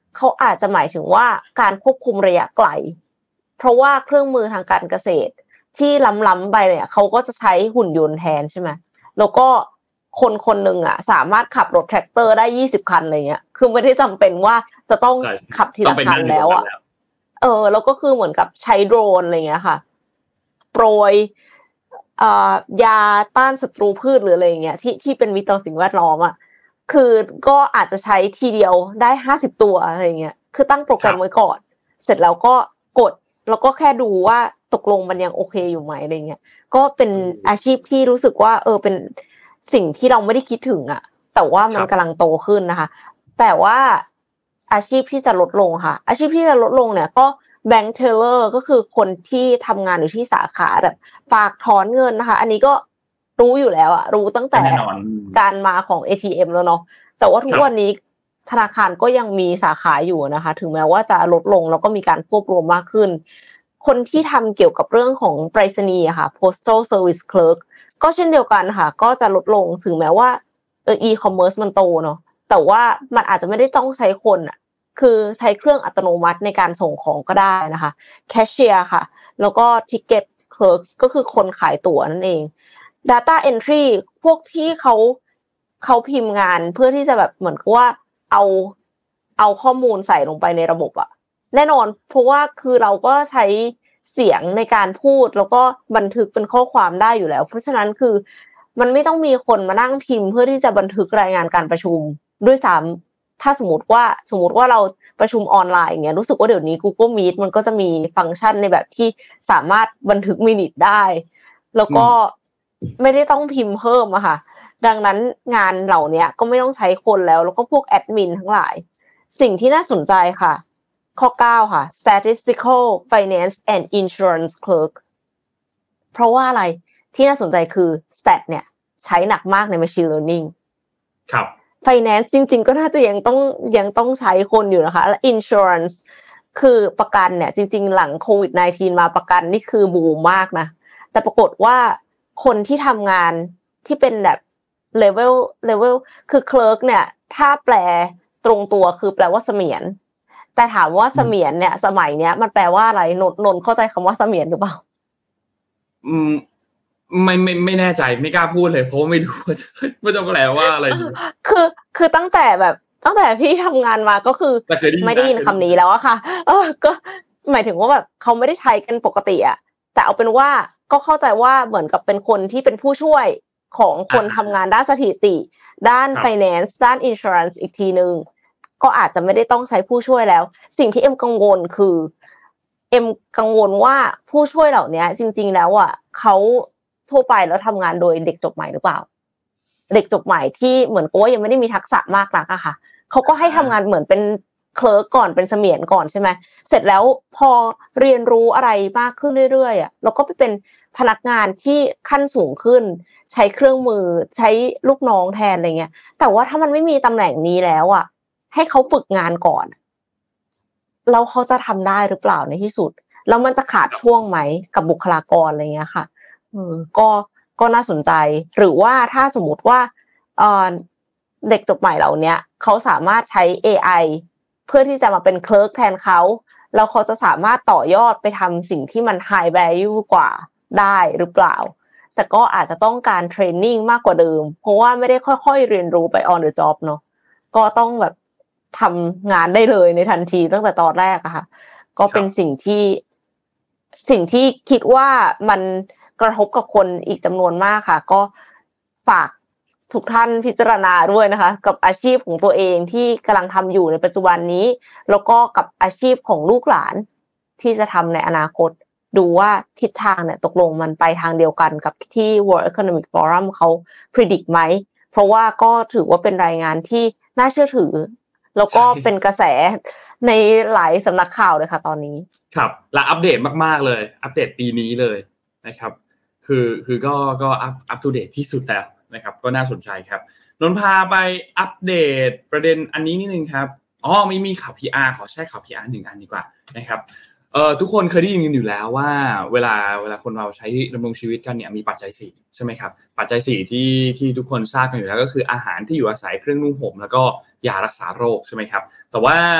เขาอาจจะหมายถึงว่าการควบคุมระยะไกลเพราะว่าเครื่องมือทางการเกษตรที่ล้ำๆไปเนี่ยเขาก็จะใช้หุ่นยนต์แทนใช่ไหมแล้วก็คนคนหนึ่งอ่ะสามารถขับรถแทรกเตอร์ได้ยี่สิบคันอะไรเงี้ยคือไม่ได้จำเป็นว่าจะต้องขับทีละคันแล้วอ่ะเออแล้วก็คือเหมือนกับใช้โดรนอะไรเงี้ยค่ะโปรยเอ่อยาต้านศัตรูพืชหรืออะไรเงี้ยที่ที่เป็นมิตรต่อสิ่งแวดล้อมอ่ะคือก็อาจจะใช้ทีเดียวได้ห้าสิบตัวอะไรเงี้ยคือตั้งโปรแกรมไว้ก่อนเสร็จแล้วก็กดแล้วก็แค่ดูว่าตกลงมันยังโอเคอยู่ไหมอะไรเงี้ยก็เป็นอาชีพที่รู้สึกว่าเออเป็นสิ่งที่เราไม่ได้คิดถึงอ่ะแต่ว่ามันกำลังโตขึ้นนะคะแต่ว่าอาชีพที่จะลดลงค่ะอาชีพที่จะลดลงเนี่ยก็แบงค์เทเลอร์ก็คือคนที่ทำงานอยู่ที่สาขาแบบฝากถอนเงินนะคะอันนี้ก็รู้อยู่แล้วอ่ะรู้ตั้งแต่การมาของ เอ ที เอ็ม แล้วเนาะแต่ว่าทุกวันนี้ธนาคารก็ยังมีสาขาอยู่นะคะถึงแม้ว่าจะลดลงแล้วก็มีการควบรวมมากขึ้นคนที่ทำเกี่ยวกับเรื่องของไปรษณีย์อะค่ะ postal service clerk ก็เช่นเดียวกันค่ะก็จะลดลงถึงแม้ว่าเออ e-commerce มันโตเนาะแต่ว่ามันอาจจะไม่ได้ต้องใช้คนอ่ะคือใช้เครื่องอัตโนมัติในการส่งของก็ได้นะคะแคชเชียร์ค่ะแล้วก็ ticket clerk ก็คือคนขายตั๋วนั่นเอง data entry พวกที่เขาเขาพิมพ์งานเพื่อที่จะแบบเหมือนกับว่าเอาเอาข้อมูลใส่ลงไปในระบบอะแน่นอนเพราะว่าคือเราก็ใช้เสียงในการพูดแล้วก็บันทึกเป็นข้อความได้อยู่แล้วเพราะฉะนั้นคือมันไม่ต้องมีคนมานั่งพิมพ์เพื่อที่จะบันทึกรายงานการประชุมด้วยซ้ำถ้าสมมติว่าสมมติว่าเราประชุมออนไลน์อย่างเงี้ยรู้สึกว่าเดี๋ยวนี้ Google Meet มันก็จะมีฟังก์ชันในแบบที่สามารถบันทึกมินิทได้แล้วก็ไม่ได้ต้องพิมพ์เพิ่มอะค่ะดังนั้นงานเหล่านี้ก็ไม่ต้องใช้คนแล้วแล้วก็พวกแอดมินทั้งหลายสิ่งที่น่าสนใจค่ะข้อเก้าค่ะ statistical finance and insurance clerk เพราะว่าอะไรที่น่าสนใจคือ stat เนี่ยใช้หนักมากใน machine learning ครับ finance จริงๆก็น่าจะยังต้องยังต้องใช้คนอยู่นะคะและ insurance คือประกันเนี่ยจริงๆหลังโควิด สิบเก้า มาประกันนี่คือบูมมากนะแต่ปรากฏว่าคนที่ทำงานที่เป็นแบบ level level คือ clerk เนี่ยถ้าแปลตรงตัวคือแปลว่าเสมียนแต่ถามว่าเสมียนเนี่ยสมัยเนี้ยมันแปลว่าอะไรนนนเข้าใจคำว่าเสมียนหรือเปล่าอืมไม่ไม่ไม่แน่ใจไม่กล้าพูดเลยเพราะไม่รู้ว่าว่าจะแปลว่าอะไรคือคือตั้งแต่แบบตั้งแต่พี่ทำงานมาก็คือไม่ได้ยินคำนี้แล้วอะค่ะเออก็หมายถึงว่าแบบเขาไม่ได้ใช้กันปกติอะแต่เอาเป็นว่าก็เข้าใจว่าเหมือนกับเป็นคนที่เป็นผู้ช่วยของคนทำงานด้านสถิติด้าน finance ด้าน insurance อีกทีนึงก็อาจจะไม่ได้ต้องใช้ผู้ช่วยแล้วสิ่งที่เอ็มกังวลคือเอ็มกังวลว่าผู้ช่วยเหล่านี้จริงๆแล้วอ่ะเขาทั่วไปแล้วทำงานโดยเด็กจบใหม่หรือเปล่าเด็กจบใหม่ที่เหมือนกับว่ายังไม่ได้มีทักษะมากนักอะค่ะเขาก็ให้ทำงานเหมือนเป็นเคลิร์กก่อนเป็นเสมียนก่อนใช่ไหมเสร็จแล้วพอเรียนรู้อะไรมากขึ้นเรื่อยๆอ่ะเราก็ไปเป็นพนักงานที่ขั้นสูงขึ้นใช้เครื่องมือใช้ลูกน้องแทนอะไรเงี้ยแต่ว่าถ้ามันไม่มีตำแหน่งนี้แล้วอ่ะให้เขาฝึกงานก่อนแล้วเขาจะทำได้หรือเปล่าในที่สุดแล้วมันจะขาดช่วงไหมกับบุคลากรอะไรเงี้ยค่ะเออก็ก็น่าสนใจหรือว่าถ้าสมมติว่าเอ่อเด็กจบใหม่เหล่านี้เขาสามารถใช้ เอ ไอ เพื่อที่จะมาเป็นเคลิร์กแทนเขาแล้วเขาจะสามารถต่อยอดไปทำสิ่งที่มัน high value กว่าได้หรือเปล่าแต่ก็อาจจะต้องการเทรนนิ่งมากกว่าเดิมเพราะว่าไม่ได้ค่อยๆเรียนรู้ไป on the job เนาะก็ต้องแบบทำงานได้เลยในทันทีตั้งแต่ตอนแรกอะค่ะก็เป็นสิ่งที่สิ่งที่คิดว่ามันกระทบกับคนอีกจำนวนมากค่ะก็ฝากทุกท่านพิจารณาด้วยนะคะกับอาชีพของตัวเองที่กำลังทำอยู่ในปัจจุบันนี้แล้วก็กับอาชีพของลูกหลานที่จะทำในอนาคตดูว่าทิศทางเนี่ยตกลงมันไปทางเดียวกันกับที่ World Economic Forum เขา predict ไหมเพราะว่าก็ถือว่าเป็นรายงานที่น่าเชื่อถือแล้วก็เป็นกระแสในหลายสำนักข่าวเลยค่ะตอนนี้ครับและอัปเดตมากๆเลยอัปเดตปีนี้เลยนะครับคือคือก็ก็อัปอัปทูเดตที่สุดแล้วนะครับก็น่าสนใจครับนนพาไปอัปเดตประเด็นอันนี้นิดนึงครับอ๋อมีมีข่าว พี อาร์ ขอแชร์ข่าว พี อาร์ หนึ่งอันดีกว่านะครับเอ่อทุกคนเคยได้ยินกันอยู่แล้วว่าเวลาเวลาคนเราใช้ดำรงชีวิตกันเนี่ยมีปัจจัยสี่ใช่ไหมครับปัจจัยสี่ที่ที่ทุกคนทราบกันอยู่แล้วก็คืออาหารที่อยู่อาศัยเครื่องนุ่งห่มแล้วก็ยารักษาโรคใช่ไหมครับแต่ว่า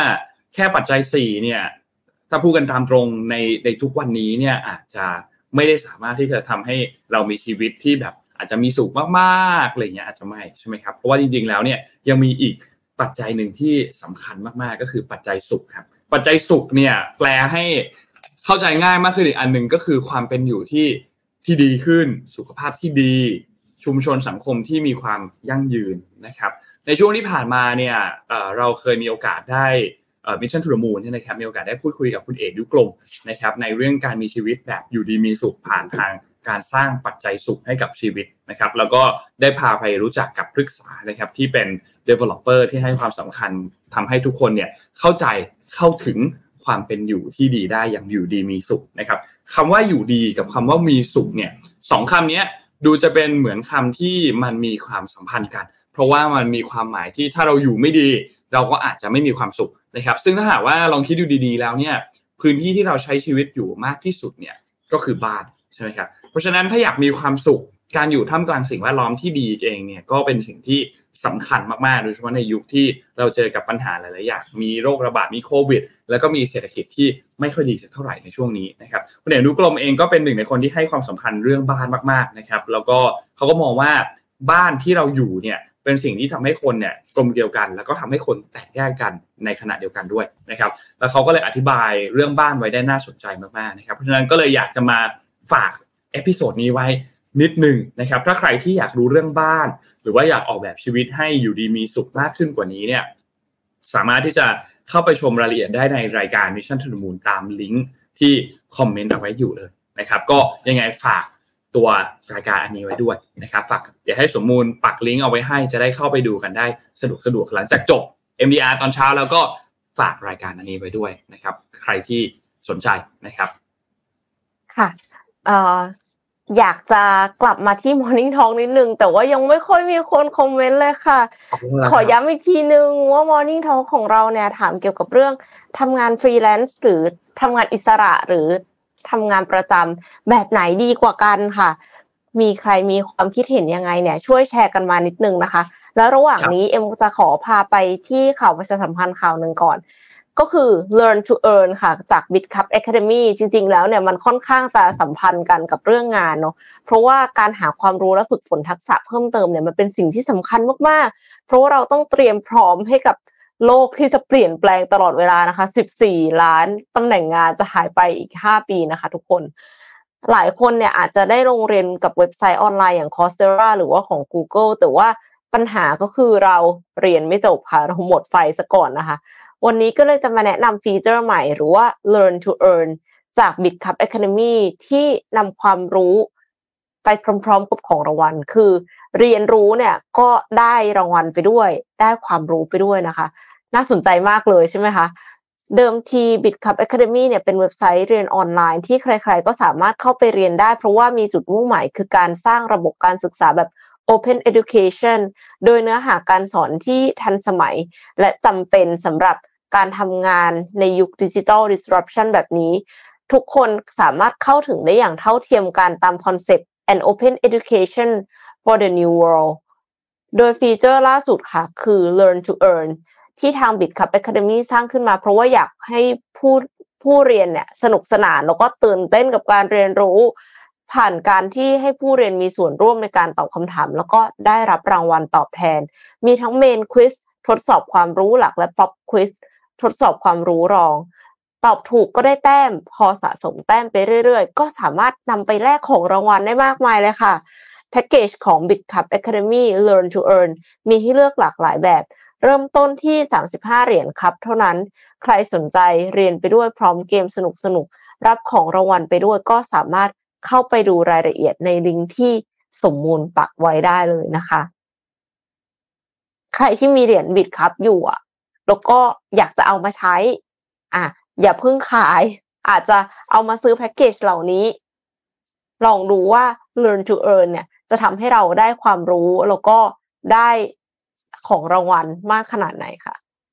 แค่ปัจจัยสี่เนี่ยถ้าพูดกันตามตรงในในทุกวันนี้เนี่ยอาจจะไม่ได้สามารถที่จะทำให้เรามีชีวิตที่แบบอาจจะมีสุขมากๆอะไรเงี้ยอาจจะไม่ใช่ไหมครับเพราะว่าจริงๆแล้วเนี่ยยังมีอีกปัจจัยหนึ่งที่สำคัญมากๆก็คือปัจจัยสุขครับปัจจัยสุขเนี่ยแปลให้เข้าใจง่ายมากขึ้นอีกอันนึงก็คือความเป็นอยู่ที่ที่ดีขึ้นสุขภาพที่ดีชุมชนสังคมที่มีความยั่งยืนนะครับในช่วงที่ผ่านมาเนี่ย เอ่อ เราเคยมีโอกาสได้เอ่อ Mission to the Moon ใช่ไหมครับมีโอกาสได้พูดคุยกับคุณเอกยุกลมนะครับในเรื่องการมีชีวิตแบบอยู่ดีมีสุขผ่านทางการสร้างปัจจัยสุขให้กับชีวิตนะครับแล้วก็ได้พาไปรู้จักกับพฤกษานะครับที่เป็น developer ที่ให้ความสำคัญทำให้ทุกคนเนี่ยเข้าใจเข้าถึงความเป็นอยู่ที่ดีได้อย่างอยู่ดีมีสุขนะครับคำว่าอยู่ดีกับคำว่ามีสุขเนี่ยสองคำนี้ดูจะเป็นเหมือนคำที่มันมีความสัมพันธ์กันเพราะว่ามันมีความหมายที่ถ้าเราอยู่ไม่ดีเราก็อาจจะไม่มีความสุขนะครับซึ่งถ้าหากว่าลองคิดดูดีๆแล้วเนี่ยพื้นที่ที่เราใช้ชีวิตอยู่มากที่สุดเนี่ยก็คือบ้านใช่ไหมครับเพราะฉะนั้นถ้าอยากมีความสุขการอยู่ท่ามกลางสิ่งแวดล้อมที่ดีเองเนี่ยก็เป็นสิ่งที่สำคัญมากๆโดยเฉพาะในยุคที่เราเจอกับปัญหาหลายๆอย่างมีโรคระบาดมีโควิดแล้วก็มีเศรษฐกิจที่ไม่ค่อยดีสักเท่าไหร่ในช่วงนี้นะครับคุณเอกนุกรมเองก็เป็นหนึ่งในคนที่ให้ความสำคัญเรื่องบ้านมากๆนะครับแล้วก็เขาก็มองว่าบ้านที่เราอยู่เนี่ยเป็นสิ่งที่ทำให้คนเนี่ยกลมเกลียวกันแล้วก็ทำให้คนแตกแยกกันในขณะเดียวกันด้วยนะครับแล้วเขาก็เลยอธิบายเรื่องบ้านไว้ได้น่าสนใจมากๆนะครับเพราะฉะนั้นก็เลยอยากจะมาฝากเอพิโซดนี้ไว้นิดนึงนะครับถ้าใครที่อยากรู้เรื่องบ้านหรือว่าอยากออกแบบชีวิตให้อยู่ดีมีสุขมากขึ้นกว่านี้เนี่ยสามารถที่จะเข้าไปชมรายละเอียดได้ในรายการ Mission to the Moon ตามลิงก์ที่คอมเมนต์เอาไว้อยู่เลยนะครับก็ยังไงฝากตัวรายการอันนี้ไว้ด้วยนะครับฝากเดี๋ยวให้สมมูลปักลิงก์เอาไว้ให้จะได้เข้าไปดูกันได้สะดวกสะดวกหลังจากจบ เอ็ม ดี อาร์ ตอนเช้าแล้วก็ฝากรายการอันนี้ไว้ด้วยนะครับใครที่สนใจนะครับค่ะเอ่ออยากจะกลับมาที่ Morning Talk นิดนึงแต่ว่ายังไม่ค่อยมีคนคอมเมนต์เลยค่ะขอย้ำอีกทีนึงว่า Morning Talk ของเราเนี่ยถามเกี่ยวกับเรื่องทำงานฟรีแลนซ์หรือทำงานอิสระหรือทำงานประจำแบบไหนดีกว่ากันค่ะมีใครมีความคิดเห็นยังไงเนี่ยช่วยแชร์กันมานิดนึงนะคะแล้วระหว่างนี้เอ็มจะขอพาไปที่ข่าวประชาสัมพันธ์ข่าวนึงก่อนก็คือ Learn to Earn ค่ะจาก BitCup Academy จริงๆแล้วเนี่ยมันค่อนข้างจะสัมพันธ์กันกับเรื่องงานเนาะเพราะว่าการหาความรู้และฝึกฝนทักษะเพิ่มเติมเนี่ยมันเป็นสิ่งที่สำคัญมากๆเพราะว่าเราต้องเตรียมพร้อมให้กับโลกที่จะเปลี่ยนแปลงตลอดเวลานะคะสิบสี่ล้านตำแหน่งงานจะหายไปอีกห้าปีนะคะทุกคนหลายคนเนี่ยอาจจะได้ลงเรียนกับเว็บไซต์ออนไลน์อย่าง Coursera หรือว่าของ Google แต่ว่าปัญหาก็คือเราเรียนไม่จบค่ะเราหมดไฟซะก่อนนะคะวันนี้ก็เลยจะมาแนะนำฟีเจอร์ใหม่หรือว่า Learn to Earn จาก BitCup Academy ที่นำความรู้ไปพร้อมๆกับของรางวัลคือเรียนรู้เนี่ยก็ได้รางวัลไปด้วยได้ความรู้ไปด้วยนะคะน่าสนใจมากเลยใช่ไหมคะเดิมที BitCup Academy เนี่ยเป็นเว็บไซต์เรียนออนไลน์ที่ใครๆก็สามารถเข้าไปเรียนได้เพราะว่ามีจุดมุ่งหมายคือการสร้างระบบการศึกษาแบบ Open Education โดยเนื้อหาการสอนที่ทันสมัยและจำเป็นสำหรับการทำงานในยุค Digital Disruption แบบนี้ทุกคนสามารถเข้าถึงได้อย่างเท่าเทียมกันตามคอนเซ็ปต์ An Open Education for the New World โดยฟีเจอร์ล่าสุดค่ะคือ Learn to Earn ที่ทาง BitCup Academy สร้างขึ้นมาเพราะว่าอยากให้ผู้ผู้เรียนเนี่ยสนุกสนานแล้วก็ตื่นเต้นกับการเรียนรู้ผ่านการที่ให้ผู้เรียนมีส่วนร่วมในการตอบคำถามแล้วก็ได้รับรางวัลตอบแทนมีทั้ง Main Quiz ทดสอบความรู้หลักและ Pop Quiz ทดสอบความรู้รองตอบถูกก็ได้แต้มพอสะสมแต้มไปเรื่อยๆก็สามารถนำไปแลกของรางวัลได้มากมายเลยค่ะแพ็กเกจของ BitCup Academy Learn to Earn มีให้เลือกหลากหลายแบบเริ่มต้นที่สามสิบห้าเหรียญครับเท่านั้นใครสนใจเรียนไปด้วยพร้อมเกมสนุกๆรับของรางวัลไปด้วยก็สามารถเข้าไปดูรายละเอียดในลิงก์ที่สมมูลปักไว้ได้เลยนะคะใครที่มีเหรียญ BitCup อยู่อ่ะแล้วก็อยากจะเอามาใช้อ่ะอย่าเพิ่งขายอาจจะเอามาซื้อแพ็กเกจเหล่านี้ลองดูว่า Learn to Earn เนี่ยจะทำให้เราได้ความรู้แล้วก็ได้ของรางวัลมากขนาดไหนค่ะ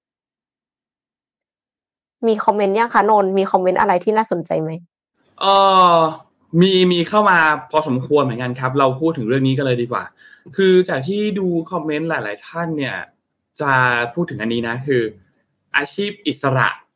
มีคอมเมนต์ยังคะนนท์มีคอมเมนต์อะไรที่น่าสนใจไหมเออมีมีเข้ามาพอสมควรเหมือนกันครับเราพูดถึงเรื่องนี้กันเลยดีกว่าคือจากที่ดูคอมเมนต์หลายๆท่านเนี่ยจะพูดถึงอันนี้นะคืออาชีพอิสระ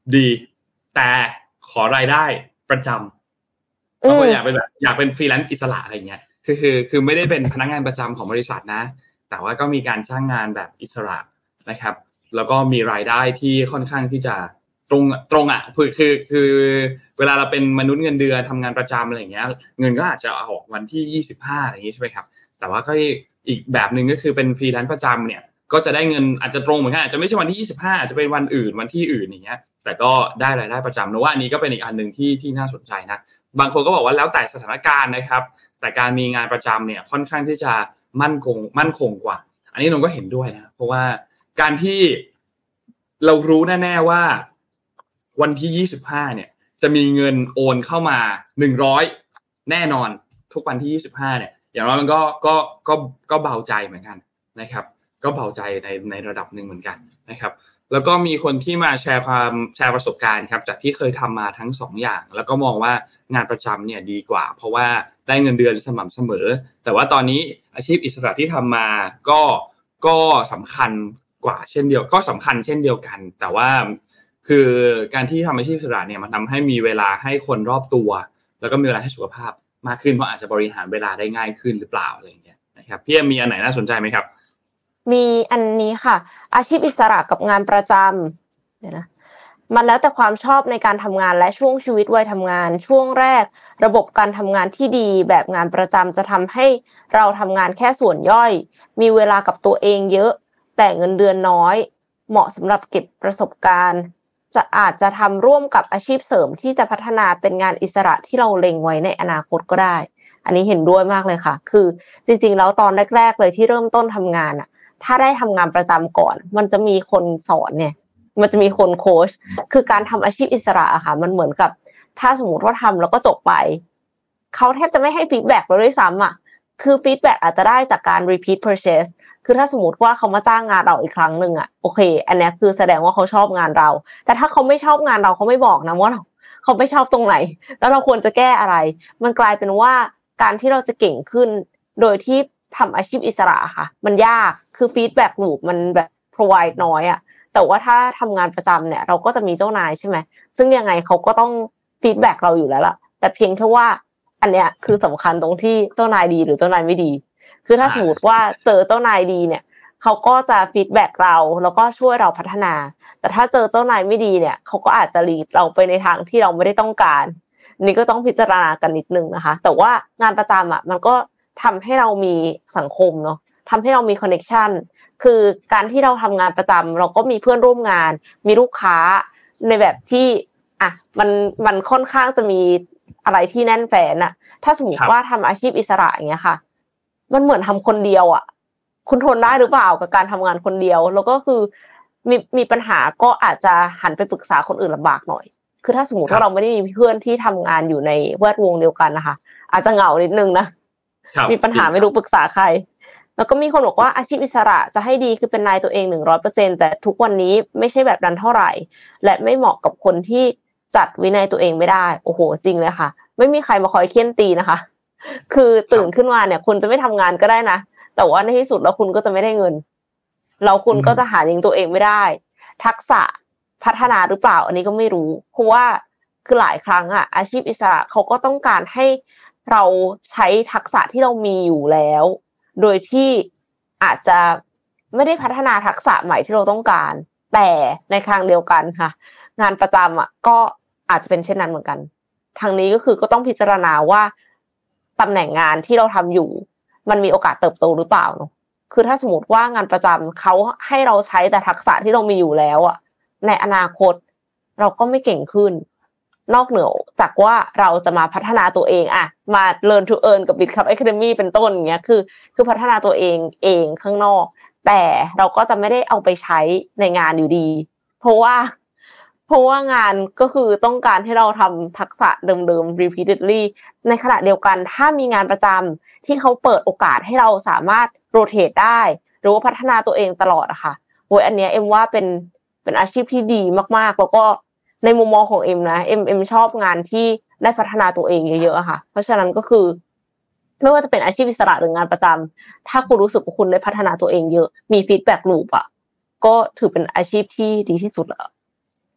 ดีแต่ขอรายได้ประจำบางคนอยากเป็นแบบอยากเป็นฟรีแลนซ์อิสระอะไรเงี้ยคือคือคือไม่ได้เป็นพนักงานประจำของบริษัทนะแต่ว่าก็มีการจ้างงานแบบอิสระนะครับแล้วก็มีรายได้ที่ค่อนข้างที่จะตรงตรงอ่ะคือคือคือเวลาเราเป็นมนุษย์เงินเดือนทำงานประจำอะไรอย่างเงี้ยเงินก็อาจจะออกวันที่ยี่สิบห้าอะไรอย่างงี้ใช่ไหมครับแต่ว่าก็อีกแบบนึงก็คือเป็นฟรีแลนซ์ประจำเนี่ยก็จะได้เงินอาจจะตรงเหมือนกันอาจจะไม่ใช่วันที่ยี่สิบห้าอาจจะเป็นวันอื่นวันที่อื่นอย่างเงี้ยแต่ก็ได้รายได้ประจำนะว่าอันนี้ก็เป็นอีกอันนึงที่ที่น่าสนใจนะบางคนก็บอกว่าแล้วแต่สถานการณ์นะครับแต่การมีงานประจำเนี่ยค่อนข้างที่จะมั่นคงมั่นคงกว่าอันนี้นนก็เห็นด้วยนะเพราะว่าการที่เรารู้แน่ๆว่าวันที่ยี่สิบห้าเนี่ยจะมีเงินโอนเข้ามาหนึ่งร้อยแน่นอนทุกวันที่ยี่สิบห้าเนี่ยอย่างน้อยมันก็ก็ก็ก็เบาใจเหมือนกันนะครับก็เบาใจในในระดับนึงเหมือนกันนะครับแล้วก็มีคนที่มาแชร์ความแชร์ประสบการณ์ครับจากที่เคยทำมาทั้งสองอย่างแล้วก็มองว่างานประจำเนี่ยดีกว่าเพราะว่าได้เงินเดือนสม่ำเสมอแต่ว่าตอนนี้อาชีพอิสระที่ทำมาก็ก็สำคัญกว่าเช่นเดียวก็สำคัญเช่นเดียวกันแต่ว่าคือการที่ทำอาชีพอิสระเนี่ยมันทำให้มีเวลาให้คนรอบตัวแล้วก็มีเวลาให้สุขภาพมากขึ้นเพราะอาจจะบริหารเวลาได้ง่ายขึ้นหรือเปล่าอะไรอย่างเงี้ยนะครับพี่มีอันไหนน่าสนใจไหมครับมีอันนี้ค่ะอาชีพอิสระกับงานประจำเดี๋ยวนะมันแล้วแต่ความชอบในการทำงานและช่วงชีวิตวัยทำงานช่วงแรกระบบการทำงานที่ดีแบบงานประจำจะทำให้เราทำงานแค่ส่วนย่อยมีเวลากับตัวเองเยอะแต่เงินเดือนน้อยเหมาะสำหรับเก็บประสบการณ์จะอาจจะทำร่วมกับอาชีพเสริมที่จะพัฒนาเป็นงานอิสระที่เราเล็งไว้ในอนาคตก็ได้อันนี้เห็นด้วยมากเลยค่ะคือจริงๆแล้วตอนแรกๆเลยที่เริ่มต้นทำงานอ่ะถ้าได้ทำงานประจำก่อนมันจะมีคนสอนเนี่ยมันจะมีคนโค้ชคือการทำอาชีพอิสระอะค่ะมันเหมือนกับถ้าสมมติว่าทำแล้วก็จบไปเขาแทบจะไม่ให้ฟีดแบ็กเราด้วยซ้ำอะคือฟีดแบ็กอาจจะได้จากการ repeat purchase คือถ้าสมมติว่าเขามาจ้างงานเราอีกครั้งหนึ่งอะโอเคอันนี้คือแสดงว่าเขาชอบงานเราแต่ถ้าเขาไม่ชอบงานเราเขาไม่บอกนะว่าเขาไม่ชอบตรงไหนแล้วเราควรจะแก้อะไรมันกลายเป็นว่าการที่เราจะเก่งขึ้นโดยที่ทำอาชีพอิสระค่ะมันยากคือฟีดแบ็กลูปมันแบบ provide น้อยอะแต่ว่าถ้าทำงานประจำเนี่ยเราก็จะมีเจ้านายใช่ไหมซึ่งยังไงเขาก็ต้องฟีดแบ็กเราอยู่แล้วล่ะแต่เพียงแค่ว่าอันเนี้ยคือสำคัญตรงที่เจ้านายดีหรือเจ้านายไม่ดีคือถ้าสมมติว่าเจอเจ้านายดีเนี่ยเขาก็จะฟีดแบ็กเราแล้วก็ช่วยเราพัฒนาแต่ถ้าเจอเจ้านายไม่ดีเนี่ยเขาก็อาจจะลีดเราไปในทางที่เราไม่ได้ต้องการนี่ก็ต้องพิจารณากันนิดนึงนะคะแต่ว่างานประจำอ่ะมันก็ทำให้เรามีสังคมเนาะทำให้เรามีคอนเนคชั่นคือการที่เราทำงานประจำเราก็มีเพื่อนร่วมงานมีลูกค้าในแบบที่อ่ะมันมันค่อนข้างจะมีอะไรที่แน่นแฟ้นอะถ้าสมมติว่าทำอาชีพอิสระอย่างเงี้ยค่ะมันเหมือนทำคนเดียวอะคุณทนได้หรือเปล่ากับการทำงานคนเดียวแล้วก็คือมีมีปัญหาก็อาจจะหันไปปรึกษาคนอื่นลำบากหน่อยคือถ้าสมมติว่าเราไม่ได้มีเพื่อนที่ทำงานอยู่ในแวดวงเดียวกันนะคะอาจจะเหงานิดนึงนะมีปัญหาไม่รู้ปรึกษาใครแล้วก็มีคนบอกว่าอาชีพอิสระจะให้ดีคือเป็นนายตัวเอง หนึ่งร้อยเปอร์เซ็นต์ แต่ทุกวันนี้ไม่ใช่แบบนั้นเท่าไหร่และไม่เหมาะกับคนที่จัดวินัยตัวเองไม่ได้โอ้โหจริงเลยค่ะไม่มีใครมาคอยเคี่ยนตีนะคะคือตื่นขึ้นมาเนี่ยคุณจะไม่ทำงานก็ได้นะแต่ว่าในที่สุดแล้วคุณก็จะไม่ได้เงินแล้วคุณก็จะหาเลี้ยงตัวเองไม่ได้ทักษะพัฒนาหรือเปล่าอันนี้ก็ไม่รู้เพราะว่าคือหลายครั้งอะอาชีพอิสระเขาก็ต้องการให้เราใช้ทักษะที่เรามีอยู่แล้วโดยที่อาจจะไม่ได้พัฒนาทักษะใหม่ที่เราต้องการแต่ในทางเดียวกันค่ะงานประจำอ่ะก็อาจจะเป็นเช่นนั้นเหมือนกันทางนี้ก็คือก็ต้องพิจารณาว่าตำแหน่งงานที่เราทำอยู่มันมีโอกาสเติบโตหรือเปล่าเนาะคือถ้าสมมติว่างานประจำเขาให้เราใช้แต่ทักษะที่เรามีอยู่แล้วอ่ะในอนาคตเราก็ไม่เก่งขึ้นนอกเหนือจากว่าเราจะมาพัฒนาตัวเองอะมา learn to earn กับ Bitcup Academy เป็นต้นอย่างเงี้ยคือคือพัฒนาตัวเองเองข้างนอกแต่เราก็จะไม่ได้เอาไปใช้ในงานอยู่ดีเพราะว่าเพราะว่างานก็คือต้องการให้เราทำทักษะเดิมๆ repeatedly ในขณะเดียวกันถ้ามีงานประจำที่เขาเปิดโอกาสให้เราสามารถ rotate ได้หรือว่าพัฒนาตัวเองตลอดอะค่ะโอ้ยอันเนี้ยเอ็มว่าเป็นเป็นอาชีพที่ดีมากๆแล้วก็ในมุมมองของเอ็มนะเอ็มเอ็มชอบงานที่ได้พัฒนาตัวเองเยอะๆค่ะเพราะฉะนั้นก็คือไม่ว่าจะเป็นอาชีพอิสระหรืองานประจำถ้าคุณรู้สึกว่าคุณได้พัฒนาตัวเองเยอะมีฟีดแบ็กลูปอ่ะก็ถือเป็นอาชีพที่ดีที่สุดแล้ว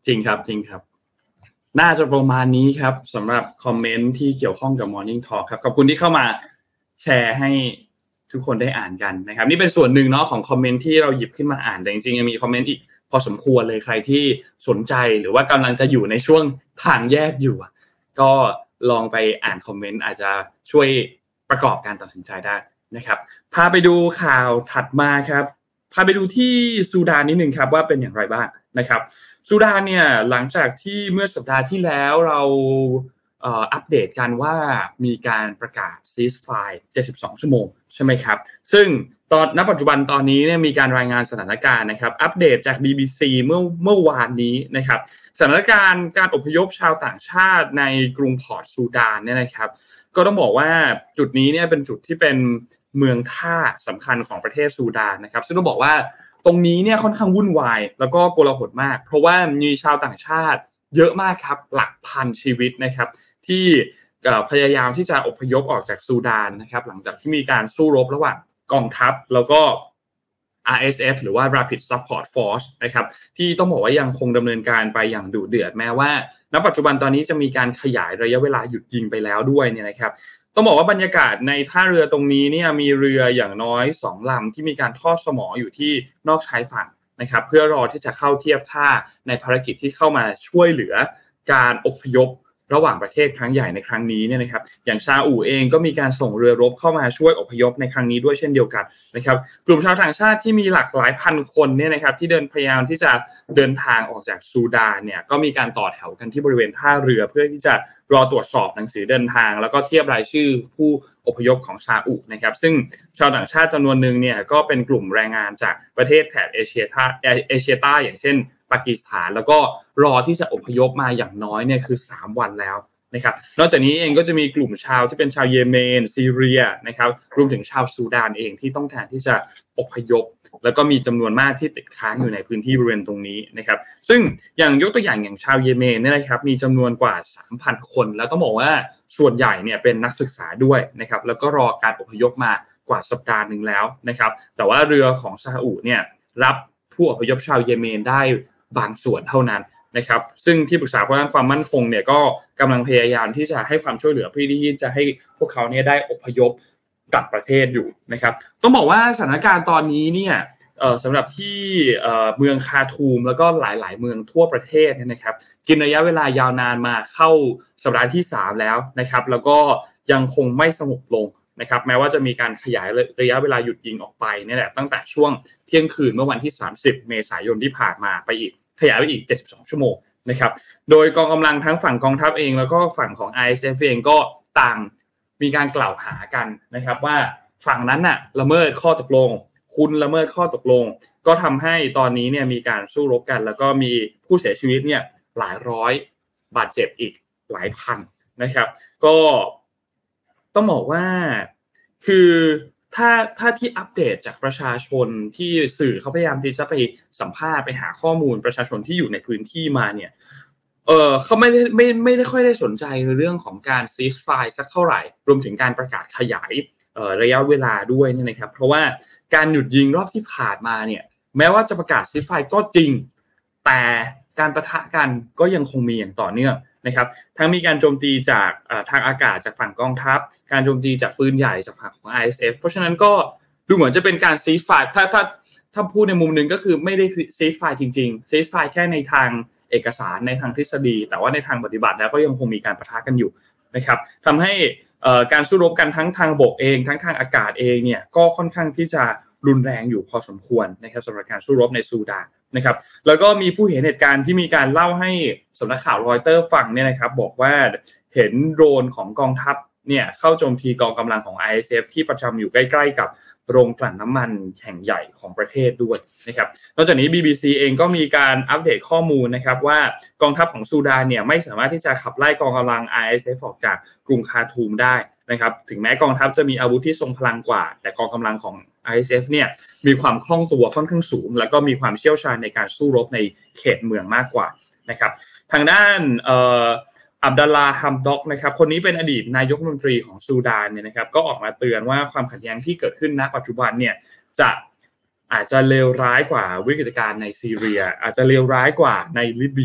จริงครับจริงครับน่าจะประมาณนี้ครับสำหรับคอมเมนต์ที่เกี่ยวข้องกับ Morning Talk ครับขอบคุณที่เข้ามาแชร์ให้ทุกคนได้อ่านกันนะครับนี่เป็นส่วนหนึ่งเนาะของคอมเมนต์ที่เราหยิบขึ้นมาอ่านแต่จริงๆยังมีคอมเมนต์อีกพอสมควรเลยใครที่สนใจหรือว่ากำลังจะอยู่ในช่วงทางแยกอยู่ก็ลองไปอ่านคอมเมนต์อาจจะช่วยประกอบการตัดสินใจได้นะครับพาไปดูข่าวถัดมาครับพาไปดูที่ซูดานนิดนึงครับว่าเป็นอย่างไรบ้างนะครับซูดานเนี่ยหลังจากที่เมื่อสัปดาห์ที่แล้วเราเอ่ออัปเดตกันว่ามีการประกาศ ceasefire เจ็ดสิบสองชั่วโมงใช่ไหมครับซึ่งตอนณปัจจุบันตอนนี้เนี่ยมีการรายงานสถานการณ์นะครับอัปเดตจาก บี บี ซี เมื่อเมื่อวานนี้นะครับสถานการณ์การอพยพชาวต่างชาติในกรุงพอร์ตซูดานเนี่ยนะครับก็ต้องบอกว่าจุดนี้เนี่ยเป็นจุดที่เป็นเมืองท่าสำคัญของประเทศซูดานนะครับซึ่งต้องบอกว่าตรงนี้เนี่ยค่อนข้างวุ่นวายแล้วก็โกลาหลมากเพราะว่ามีชาวต่างชาติเยอะมากครับหลักพันชีวิตนะครับที่พยายามที่จะอพยพออกจากซูดานนะครับหลังจากที่มีการสู้รบระหว่างกองทัพแล้วก็ อาร์ เอส เอฟ หรือว่า Rapid Support Force นะครับที่ต้องบอกว่ายังคงดำเนินการไปอย่างดุเดือดแม้ว่าณปัจจุบันตอนนี้จะมีการขยายระยะเวลาหยุดยิงไปแล้วด้วยเนี่ยนะครับต้องบอกว่าบรรยากาศในท่าเรือตรงนี้เนี่ยมีเรืออย่างน้อยสองลำที่มีการทอดสมออยู่ที่นอกชายฝั่งนะครับเพื่อรอที่จะเข้าเทียบท่าในภารกิจที่เข้ามาช่วยเหลือการอพยพระหว่างประเทศครั้งใหญ่ในครั้งนี้เนี่ยนะครับอย่างซาอุเองก็มีการส่งเรือรบเข้ามาช่วยอพยพในครั้งนี้ด้วยเช่นเดียวกันนะครับกลุ่มชาวต่างชาติที่มีหลากหลายพันคนเนี่ยนะครับที่เดินพยายามที่จะเดินทางออกจากซูดานเนี่ยก็มีการต่อแถวกันที่บริเวณท่าเรือเพื่อที่จะรอตรวจสอบหนังสือเดินทางแล้วก็เทียบรายชื่อผู้อพยพของซาอุนะครับซึ่งชาวต่างชาติจำนวนนึงเนี่ยก็เป็นกลุ่มแรงงานจากประเทศแถบเอเชียใต้เอเชียใต้อย่างเช่นปากีสถานแล้วก็รอที่จะอพยพมาอย่างน้อยเนี่ยคือสามวันแล้วนะครับนอกจากนี้เองก็จะมีกลุ่มชาวที่เป็นชาวเยเมนซีเรียนะครับรวมถึงชาวซูดานเองที่ต้องการที่จะอพยพแล้วก็มีจำนวนมากที่ติดค้างอยู่ในพื้นที่บริเวณตรงนี้นะครับซึ่งอย่างยกตัวอย่างอย่างชาวเยเมนเนี่ยนะครับมีจำนวนกว่า สามพัน คนแล้วต้องบอกว่าส่วนใหญ่เนี่ยเป็นนักศึกษาด้วยนะครับแล้วก็รอการอพยพมากว่าสัปดาห์นึงแล้วนะครับแต่ว่าเรือของซาอุเนี่ยรับผู้อพยพชาวเยเมนได้บางส่วนเท่านั้นนะครับซึ่งที่ปรึกษาด้านความมั่นคงเนี่ยก็กำลังพยายามที่จะให้ความช่วยเหลือเพื่อที่จะให้พวกเขาเนี่ยได้อพยพกลับประเทศอยู่นะครับต้องบอกว่าสถานการณ์ตอนนี้เนี่ยเอ่อสำหรับที่เอ่อเมืองคาทูมแล้วก็หลายๆเมืองทั่วประเทศเนี่ยนะครับกินระยะเวลายาวนานมาเข้าสัปดาห์ที่สามแล้วนะครับแล้วก็ยังคงไม่สงบลงนะครับแม้ว่าจะมีการขยายระยะเวลาหยุดยิงออกไปนี่แหละตั้งแต่ช่วงเที่ยงคืนเมื่อวันที่สามสิบเมษายนที่ผ่านมาไปอีกขยายไปอีกเจ็ดสิบสองชั่วโมงนะครับโดยกองกำลังทั้งฝั่งกองทัพเองแล้วก็ฝั่งของ อาร์ เอส เอฟ เองก็ต่างมีการกล่าวหากันนะครับว่าฝั่งนั้นน่ะละเมิดข้อตกลงคุณละเมิดข้อตกลงก็ทำให้ตอนนี้เนี่ยมีการสู้รบกันแล้วก็มีผู้เสียชีวิตเนี่ยหลายร้อยบาดเจ็บอีกหลายพันนะครับก็ต้องบอกว่าคือถ้าถ้าที่อัปเดตจากประชาชนที่สื่อเขาพยายามที่จะไปสัมภาษณ์ไปหาข้อมูลประชาชนที่อยู่ในพื้นที่มาเนี่ยเออเขาไม่ได้ไม่ไม่ได้ค่อยได้สนใจในเรื่องของการ ceasefire สักเท่าไหร่รวมถึงการประกาศขยายเอ่อระยะเวลาด้วยเนี่ยนะครับเพราะว่าการหยุดยิงรอบที่ผ่านมาเนี่ยแม้ว่าจะประกาศ ceasefire ก็จริงแต่การปะทะกันก็ยังคงมีอย่างต่อเนื่องนะครับทั้งมีการโจมตีจากทางอากาศจากฝั่งกองทัพการโจมตีจากปืนใหญ่จากฝั่งของ อาร์ เอส เอฟ เพราะฉะนั้นก็ดูเหมือนจะเป็นการ ceasefire ถ้าถ้าถ้าพูดในมุมนึงก็คือไม่ได้ ceasefire จริงๆ ceasefire แค่ในทางเอกสารในทางทฤษฎีแต่ว่าในทางปฏิบัติแล้วก็ยังคงมีการปะทะกันอยู่นะครับทำให้การสู้รบกันทั้งทางบกเองทั้งทางอากาศเองเนี่ยก็ค่อนข้างที่จะรุนแรงอยู่พอสมควรนะครับสำหรับการสู้รบในซูดานนะครับแล้วก็มีผู้เห็นเหตุการณ์ที่มีการเล่าให้สำนักข่าวรอยเตอร์ฟังเนี่ยนะครับบอกว่าเห็นโดรนของกองทัพเนี่ยเข้าโจมตีกองกำลังของ อาร์ เอส เอฟ ที่ประจำอยู่ใกล้ๆกับโรงกลั่นน้ำมันแห่งใหญ่ของประเทศด้วยนะครับนอกจากนี้ บี บี ซี เองก็มีการอัปเดตข้อมูลนะครับว่ากองทัพของซูดานเนี่ยไม่สามารถที่จะขับไล่กองกำลัง อาร์ เอส เอฟ ออกจากกรุงคาทูมได้นะครับถึงแม้กองทัพจะมีอาวุธที่ทรงพลังกว่าแต่กองกำลังของ อาร์ เอส เอฟ เนี่ยมีความคล่องตัวค่อนข้างสูงแล้วก็มีความเชี่ยวชาญในการสู้รบในเขตเมืองมากกว่านะครับทางด้านเอ่ออับดัลลาฮัมด็อกนะครับคนนี้เป็นอดีตนายกรัฐมนตรีของซูดานเนี่ยนะครับก็ออกมาเตือนว่าความขัดแย้งที่เกิดขึ้นณปัจจุบันเนี่ยจะอาจจะเลวร้ายกว่าวิกฤตการณ์ในซีเรียอาจจะเลวร้ายกว่าในลิเบีย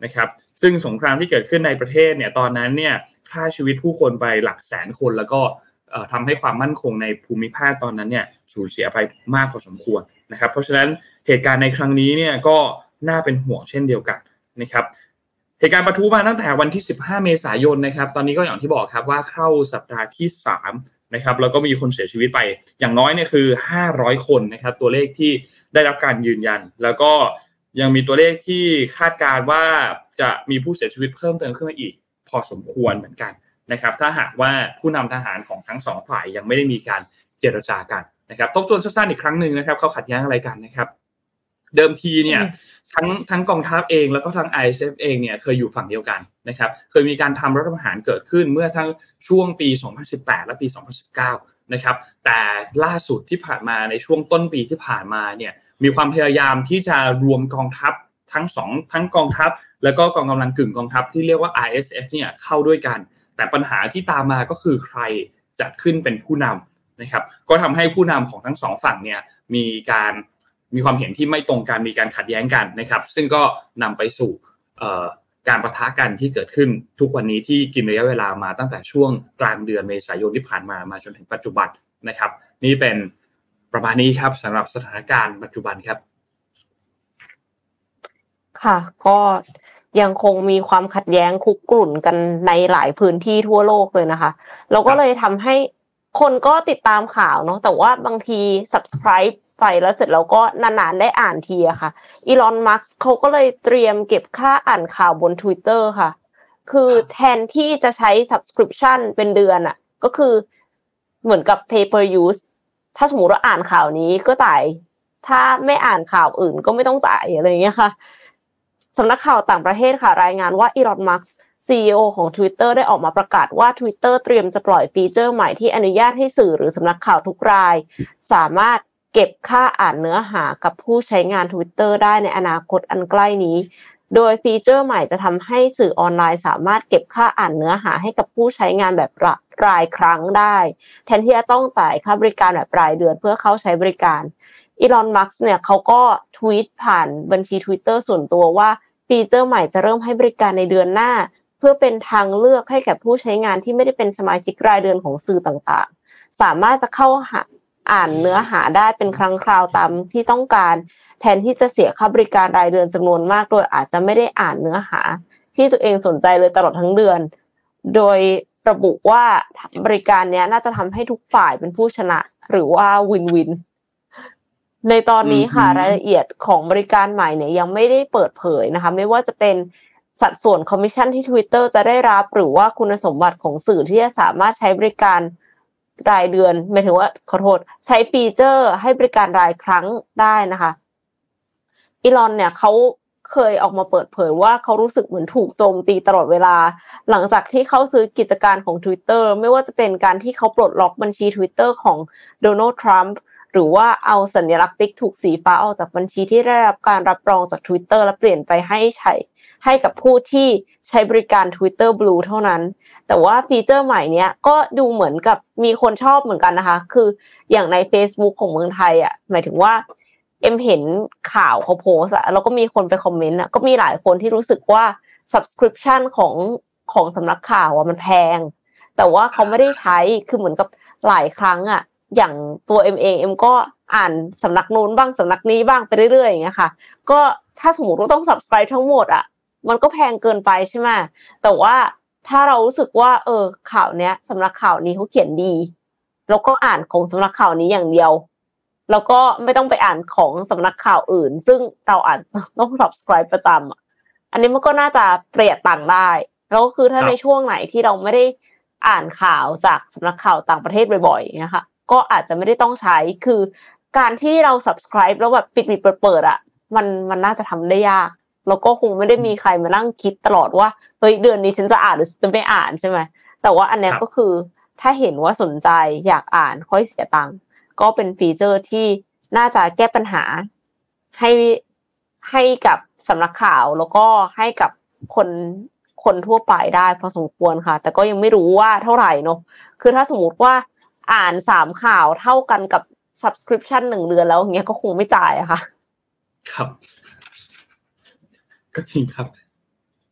นะครับซึ่งสงครามที่เกิดขึ้นในประเทศเนี่ยตอนนั้นเนี่ยฆ่าชีวิตผู้คนไปหลักแสนคนแล้วก็ทำให้ความมั่นคงในภูมิภาคตอนนั้นเนี่ยสูญเสียไปมากพอสมควรนะครับเพราะฉะนั้นเหตุการณ์ในครั้งนี้เนี่ยก็น่าเป็นห่วงเช่นเดียวกันนะครับเหตุการณ์ปะทุมาตั้งแต่วันที่สิบห้าเมษายนนะครับตอนนี้ก็อย่างที่บอกครับว่าเข้าสัปดาห์ที่สามนะครับแล้วก็มีคนเสียชีวิตไปอย่างน้อยเนี่ยคือห้าร้อยคนนะครับตัวเลขที่ได้รับการยืนยันแล้วก็ยังมีตัวเลขที่คาดการณ์ว่าจะมีผู้เสียชีวิตเพิ่มเติมขึ้นมาอีกพอสมควรเหมือนกันนะครับถ้าหากว่าผู้นำทหารของทั้งสองฝ่ายยังไม่ได้มีการเจรจากันนะครับทบทวนสั้นๆอีกครั้งนึงนะครับเขาขัดแย้งอะไรกันนะครับเดิมทีเนี่ยทั้งทั้งกองทัพเองแล้วก็ทั้ง ไอ เอส เอฟ เองเนี่ยเคยอยู่ฝั่งเดียวกันนะครับเคยมีการทำรัฐประหารเกิดขึ้นเมื่อทั้งช่วงปีสองพันสิบแปดและปีสองพันสิบเก้านะครับแต่ล่าสุดที่ผ่านมาในช่วงต้นปีที่ผ่านมาเนี่ยมีความพยายามที่จะรวมกองทัพทั้งสองทั้งกองทัพแล้วก็กองกำลังกึ่งกองทัพที่เรียกว่า ไอ เอส เอฟ เนี่ยเข้าด้วยกันแต่ปัญหาที่ตามมาก็คือใครจะขึ้นเป็นผู้นำนะครับก็ทำให้ผู้นำของทั้งสองฝั่งเนี่ยมีการมีความเห็นที่ไม่ตรงกันมีการขัดแย้งกันนะครับซึ่งก็นำไปสู่การปะทะกันที่เกิดขึ้นทุกวันนี้ที่กินระยะเวลามาตั้งแต่ช่วงกลางเดือนเมษายนที่ผ่านมามาจนถึงปัจจุบันนะครับนี่เป็นประมาณนี้ครับสำหรับสถานการณ์ปัจจุบันครับค่ะก็ยังคงมีความขัดแย้งคุกกรุ่นกันในหลายพื้นที่ทั่วโลกเลยนะคะแล้วก็เลยทำให้คนก็ติดตามข่าวเนาะแต่ว่าบางที subscribe ไปแล้วเสร็จแล้วก็นานๆได้อ่านทีอะค่ะอีลอนมัสก์เขาก็เลยเตรียมเก็บค่าอ่านข่าวบน Twitter ค่ะคือแทนที่จะใช้ subscription เป็นเดือนอะก็คือเหมือนกับ pay per use ถ้าสมมุติว่าอ่านข่าวนี้ก็จ่ายถ้าไม่อ่านข่าวอื่นก็ไม่ต้องจ่ายอะไรอย่างเงี้ยค่ะสำนักข่าวต่างประเทศค่ะรายงานว่าอีลอนมัสก์ ซี อี โอ ของ Twitter ได้ออกมาประกาศว่า Twitter เตรียมจะปล่อยฟีเจอร์ใหม่ที่อนุญาตให้สื่อหรือสำนักข่าวทุกรายสามารถเก็บค่าอ่านเนื้อหากับผู้ใช้งาน Twitter ได้ในอนาคตอันใกล้นี้โดยฟีเจอร์ใหม่จะทำให้สื่อออนไลน์สามารถเก็บค่าอ่านเนื้อหาให้กับผู้ใช้งานแบบรายครั้งได้แทนที่จะต้องจ่ายค่าบริการแบบรายเดือนเพื่อเข้าใช้บริการอีลอนมัสก์เนี่ยเขาก็ทวีตผ่านบัญชี Twitter ส่วนตัวว่าฟีเจอร์ใหม่จะเริ่มให้บริการในเดือนหน้าเพื่อเป็นทางเลือกให้แก่ผู้ใช้งานที่ไม่ได้เป็นสมาชิกรายเดือนของสื่อต่างๆสามารถจะเข้าหาอ่านเนื้อหาได้เป็นครั้งคราวตามที่ต้องการแทนที่จะเสียค่าบริการรายเดือนจำนวนมากโดยอาจจะไม่ได้อ่านเนื้อหาที่ตัวเองสนใจเลยตลอดทั้งเดือนโดยระบุว่าบริการนี้น่าจะทำให้ทุกฝ่ายเป็นผู้ชนะหรือว่าวินวินในตอนนี้ค่ะรายละเอียดของบริการใหม่เนี่ยยังไม่ได้เปิดเผยนะคะไม่ว่าจะเป็นสัดส่วนคอมมิชชั่นที่ Twitter จะได้รับหรือว่าคุณสมบัติของสื่อที่จะสามารถใช้บริการรายเดือนหมายถึงว่าขอโทษใช้ฟีเจอร์ให้บริการรายครั้งได้นะคะอีลอนเนี่ยเขาเคยออกมาเปิดเผยว่าเขารู้สึกเหมือนถูกโจมตีตลอดเวลาหลังจากที่เขาซื้อกิจการของ Twitter ไม่ว่าจะเป็นการที่เขาปลดล็อกบัญชี Twitter ของโดนัลด์ทรัมป์หรือว่าเอาสัญลักษณ์ติ๊กถูกสีฟ้าออกจากบัญชีที่ได้รับการรับรองจาก Twitter และเปลี่ยนไปให้ใช้ให้กับผู้ที่ใช้บริการ Twitter Blue เท่านั้นแต่ว่าฟีเจอร์ใหม่เนี้ยก็ดูเหมือนกับมีคนชอบเหมือนกันนะคะคืออย่างใน Facebook ของเมืองไทยอ่ะหมายถึงว่าเอ็มเห็นข่าวเขาโพสต์แล้วก็มีคนไปคอมเมนต์อ่ะก็มีหลายคนที่รู้สึกว่า subscription ของของสำนักข่าวอ่ะมันแพงแต่ว่าเขาไม่ได้ใช้คือเหมือนกับหลายครั้งอ่ะอย่างตัวเอ็มเองเอ็มก็อ่านสำนักนู้นบ้างสำนักนี้บ้างไปเรื่อยๆอย่างเงี้ยค่ะก็ถ้าสมมติว่าต้อง subscribe ทั้งหมดอ่ะมันก็แพงเกินไปใช่ไหมแต่ว่าถ้าเรารู้สึกว่าเออข่าวเนี้ยสำนักข่าวนี้เขาเขียนดีแล้วก็อ่านของสำนักข่าวนี้อย่างเดียวแล้วก็ไม่ต้องไปอ่านของสำนักข่าวอื่นซึ่งเราอ่านต้อง subscribe ประจำอ่ะอันนี้มันก็น่าจะประหยัดตังค์ได้แล้วก็คือถ้าในช่วงไหนที่เราไม่ได้อ่านข่าวจากสำนักข่าวต่างประเทศบ่อยๆอย่างเงี้ยค่ะก็อาจจะไม่ได้ต้องใช้คือการที่เรา subscribe แล้วแบบปิดๆเปิดๆอ่ะมันมันน่าจะทำได้ยากแล้วก็คงไม่ได้มีใครมานั่งคิดตลอดว่าเฮ้ยเดือนนี้ฉันจะอ่านหรือจะไม่อ่านใช่ไหมแต่ว่าอันนี้ก็คือถ้าเห็นว่าสนใจอยากอ่านค่อยเสียตังค์ก็เป็นฟีเจอร์ที่น่าจะแก้ปัญหาให้ให้กับสำนักข่าวแล้วก็ให้กับคนคนทั่วไปได้พอสมควรค่ะแต่ก็ยังไม่รู้ว่าเท่าไหร่เนาะคือถ้าสมมติว่าอ่านสามข่าวเท่ากันกับ subscription หนึ่งเดือนแล้วอย่างเงี้ยก็คงไม่จ่ายอะค่ะครับก็จริงครับ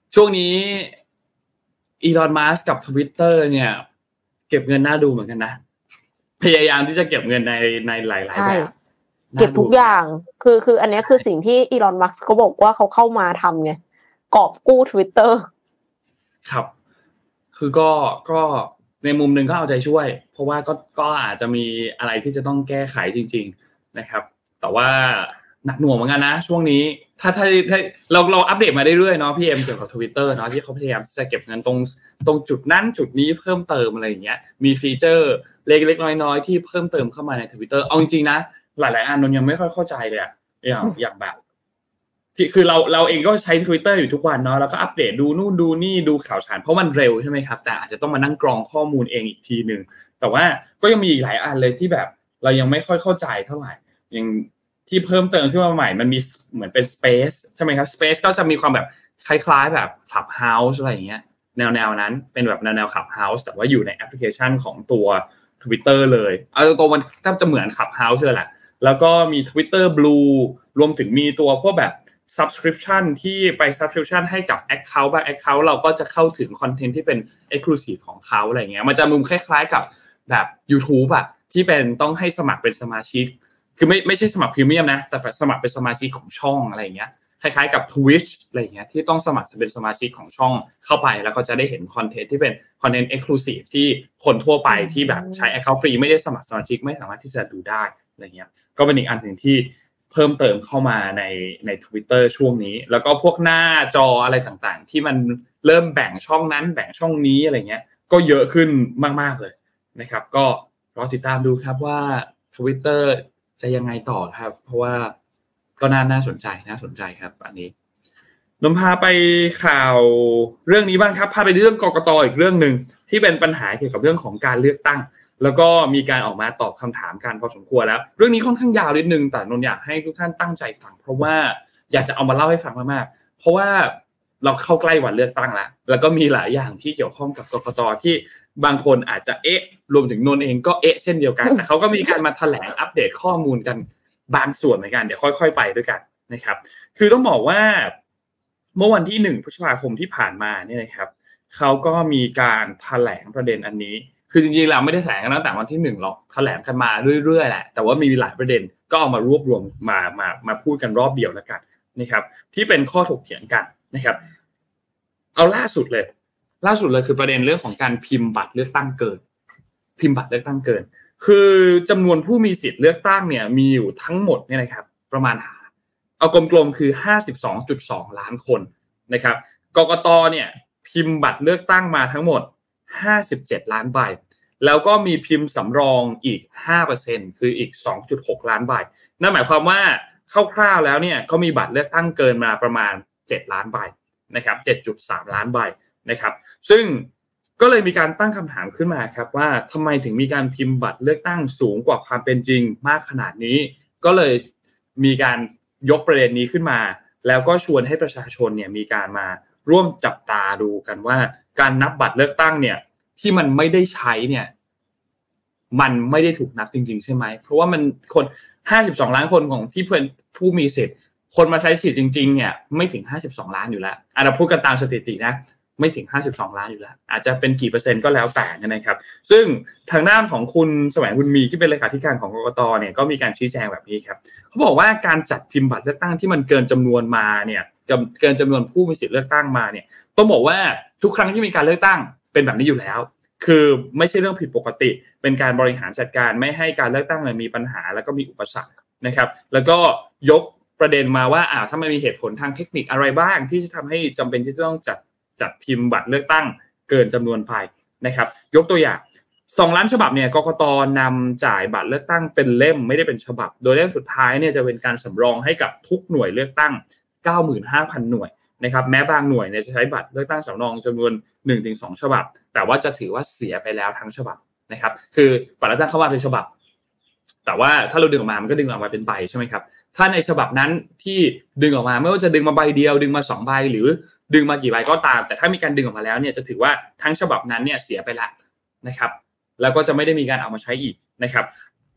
ช่วงนี้อีลอนมัสก์กับ Twitter เนี่ยเก็บเงินน่าดูเหมือนกันนะพยายามที่จะเก็บเงินในในหลายๆแบบเก็บทุกอย่างคือคืออันนี้คือสิ่งที่อีลอนมัสก์เขาบอกว่าเขาเข้ามาทำไงกอบกู้ Twitter ครับคือก็ก็ในมุมนึงก็เอาใจช่วยเพราะว่าก็ก็อาจจะมีอะไรที่จะต้องแก้ไขจริงๆนะครับแต่ว่าหนักหน่วงเหมือนกันนะช่วงนี้ถ้าถ้าเราเราอัปเดตมาเรื่อยๆเนาะพี่เอ็มเกี่ยวกับ Twitter เนาะที่เขาพยายามจะเก็บเงินตรงตรงจุดนั้นจุดนี้เพิ่มเติมอะไรอย่างเงี้ยมีฟีเจอร์เล็กๆน้อยๆที่เพิ่มเติมเข้ามาใน Twitter เอาจริงๆนะหลายๆอันนนยังไม่ค่อยเข้าใจเลยอ่ะอย่างอย่างแบบที่คือเราเราเองก็ใช้ Twitter อยู่ทุกวันเนาะแล้วก็อัปเดตดูนู่นดูนี่ดูข่าวสารเพราะมันเร็วใช่มั้ยครับแต่อาจจะต้องมานั่งกรองข้อมูลเองอีกทีนึงแต่ว่าก็ยังมีอีกหลายอันเลยที่แบบเรายังไม่ค่อยเข้าใจเท่าไหร่ยังที่เพิ่มเติมขึ้นมาใหม่มันมีเหมือนเป็น Space ใช่มั้ยครับ Space ก็จะมีความแบบคล้ายๆแบบ Clubhouse อะไรอย่างเงี้ยแนวๆนั้นเป็นแบบแนวๆ Clubhouse แต่ว่าอยู่ในแอปพลิเคชันของตัว Twitter เลยเอาตัวมันแทบจะเหมือน Clubhouse เลยแหละแล้วก็มี Twitter Blue รวมถึงมีตัวพวกแบบ subscription ที่ไป subscription ให้กับ account บาง account เราก็จะเข้าถึงคอนเทนต์ที่เป็น exclusive ของเขาอะไรอย่างเงี้ยมันจะมุมคล้ายๆกับแบบ YouTube อ่ะที่เป็นต้องให้สมัครเป็นสมาชิกคือไม่ไม่ใช่สมัครพรีเมียมนะแต่สมัครเป็นสมาชิกของช่องอะไรอย่างเงี้ยคล้ายๆกับ Twitch อะไรอย่างเงี้ยที่ต้องสมัครเป็นสมาชิกของช่องเข้าไปแล้วก็จะได้เห็นคอนเทนต์ที่เป็นคอนเทนต์ exclusive ที่คนทั่วไปที่แบบใช้ account ฟรีไม่ได้สมัครสมาชิกไม่สามารถที่จะดูได้อะไรเงี้ยก็เป็นอีกอันนึงที่เพิ่มเติมเข้ามาในใน Twitter ช่วงนี้แล้วก็พวกหน้าจออะไรต่างๆที่มันเริ่มแบ่งช่องนั้นแบ่งช่องนี้อะไรเงี้ยก็เยอะขึ้นมากๆเลยนะครับก็รอติดตามดูครับว่า Twitter จะยังไงต่อครับเพราะว่าก็น่าน่าสนใจน่าสนใจครับอันนี้นำพาไปข่าวเรื่องนี้บ้างครับพาไปเรื่องกกต.อีกเรื่องนึงที่เป็นปัญหาเกี่ยวกับเรื่องของการเลือกตั้งแล้วก็มีการออกมาตอบคำถามกันพอสมควรแล้วเรื่องนี้ค่อนข้างยาวนิดนึงแต่นนท์อยากให้ทุกท่านตั้งใจฟังเพราะว่าอยากจะเอามาเล่าให้ฟังมากๆเพราะว่าเราเข้าใกล้วันเลือกตั้งแล้วแล้วก็มีหลายอย่างที่เกี่ยวข้องกับกกต.ที่บางคนอาจจะเอ๊ะรวมถึงนนท์เองก็เอ๊ะเช่นเดียวกันแต่เขาก็มีการมาแถลงอัปเดตข้อมูลกันบางส่วนเหมือนกันเดี๋ยวค่อยๆไปด้วยกันนะครับคือต้องบอกว่าเมื่อวันที่หนึ่งพฤษภาคมที่ผ่านมาเนี่ยนะครับเขาก็มีการแถลงประเด็นอันนี้คือจริงๆเราไม่ได้แถลงกันตั้งแต่วันที่หนึ่งหรอกแถลงกันมาเรื่อยๆแหละแต่ว่ามีหลายประเด็นก็เอามารวบรวมมามามาพูดกันรอบเดียวแล้วกันนะครับที่เป็นข้อถกเถียงกันนะครับเอาล่าสุดเลยล่าสุดเลยคือประเด็นเรื่องของการพิมพ์บัตรเลือกตั้งเกินพิมพ์บัตรเลือกตั้งเกินคือจำนวนผู้มีสิทธิ์เลือกตั้งเนี่ยมีอยู่ทั้งหมดเนี่ยนะครับประมาณเอากลมๆคือ ห้าสิบสองจุดสอง ล้านคนนะครับกกต.เนี่ยพิมพ์บัตรเลือกตั้งมาทั้งหมดห้าสิบเจ็ดล้านใบแล้วก็มีพิมพ์สำรองอีก ห้าเปอร์เซ็นต์ คืออีก สองจุดหก ล้านใบนั่นหมายความว่าคร่าวๆแล้วเนี่ยก็มีบัตรเลือกตั้งเกินมาประมาณเจ็ดล้านใบนะครับ เจ็ดจุดสาม ล้านใบนะครับซึ่งก็เลยมีการตั้งคำถามขึ้นมาครับว่าทำไมถึงมีการพิมพ์บัตรเลือกตั้งสูงกว่าความเป็นจริงมากขนาดนี้ก็เลยมีการยกประเด็นนี้ขึ้นมาแล้วก็ชวนให้ประชาชนเนี่ยมีการมาร่วมจับตาดูกันว่าการนับบัตรเลือกตั้งเนี่ยที่มันไม่ได้ใช้เนี่ยมันไม่ได้ถูกนับจริงๆใช่ไหมเพราะว่ามันคนห้าสิบสองล้านคนของที่เพื่อนผู้มีสิทธิ์คนมาใช้สิทธิ์จริงๆเนี่ยไม่ถึงห้าสิบสองล้านอยู่แล้วอ่ะเราพูดกันตามสถิตินะไม่ถึงห้าสิบสองล้านอยู่แล้วอาจจะเป็นกี่เปอร์เซ็นต์ก็แล้วแต่นะครับซึ่งทางด้านของคุณแสวงบุญมีที่เป็นเลขาธิการของกกต.เนี่ยก็มีการชี้แจงแบบนี้ครับเขาบอกว่าการจัดพิมพ์บัตรเลือกตั้งที่มันเกินจำนวนมาเนี่ยเกินจำนวนผู้มีสิทธิ์เลือกตั้งมาเนี่ยต้องบอกว่าทุกครั้งที่มีการเลือกตั้งเป็นแบบนี้อยู่แล้วคือไม่ใช่เรื่องผิดปกติเป็นการบริหารจัดการไม่ให้การเลือกตั้งมีปัญหาแล้วก็มีอุปสรรคนะครับแล้วก็ยกประเด็นมาว่าอ่าถ้ามันมีเหตุผลทางเทคนิคอะไรบ้างที่จะทำให้จำเป็นที่จะต้องจัดจัดพิมพ์บัตรเลือกตั้งเกินจำนวนไปนะครับยกตัวอย่างสองล้านฉบับเนี่ยกกต.นำจ่ายบัตรเลือกตั้งเป็นเล่มไม่ได้เป็นฉบับโดยเล่มสุดท้ายเนี่ยจะเป็นการสำรองให้กับทุกหน่วยเลือกตั้ง เก้าหมื่นห้าพัน หน่วยนะครับแม้บางหน่วยเนี่ยจะใช้บัตรเลือกตั้งสำรองจำนวน หนึ่งถึงสอง ฉบับแต่ว่าจะถือว่าเสียไปแล้วทั้งฉบับนะครับคือบัตรเลือกตั้งเข้ามาเป็นฉบับแต่ว่าถ้าเราดึงออกมามันก็ดึงออกมาเป็นใบใช่ไหมครับถ้าในฉบับนั้นที่ดึงออกมาไม่ว่าจะดึงมาใบเดียวดึงมาสองใบหรือดึงมากี่ใบก็ตามแต่ถ้ามีการดึงออกมาแล้วเนี่ยจะถือว่าทั้งฉบับนั้นเนี่ยเสียไปแล้วนะครับแล้วก็จะไม่ได้มีการเอามาใช้อีกนะครับ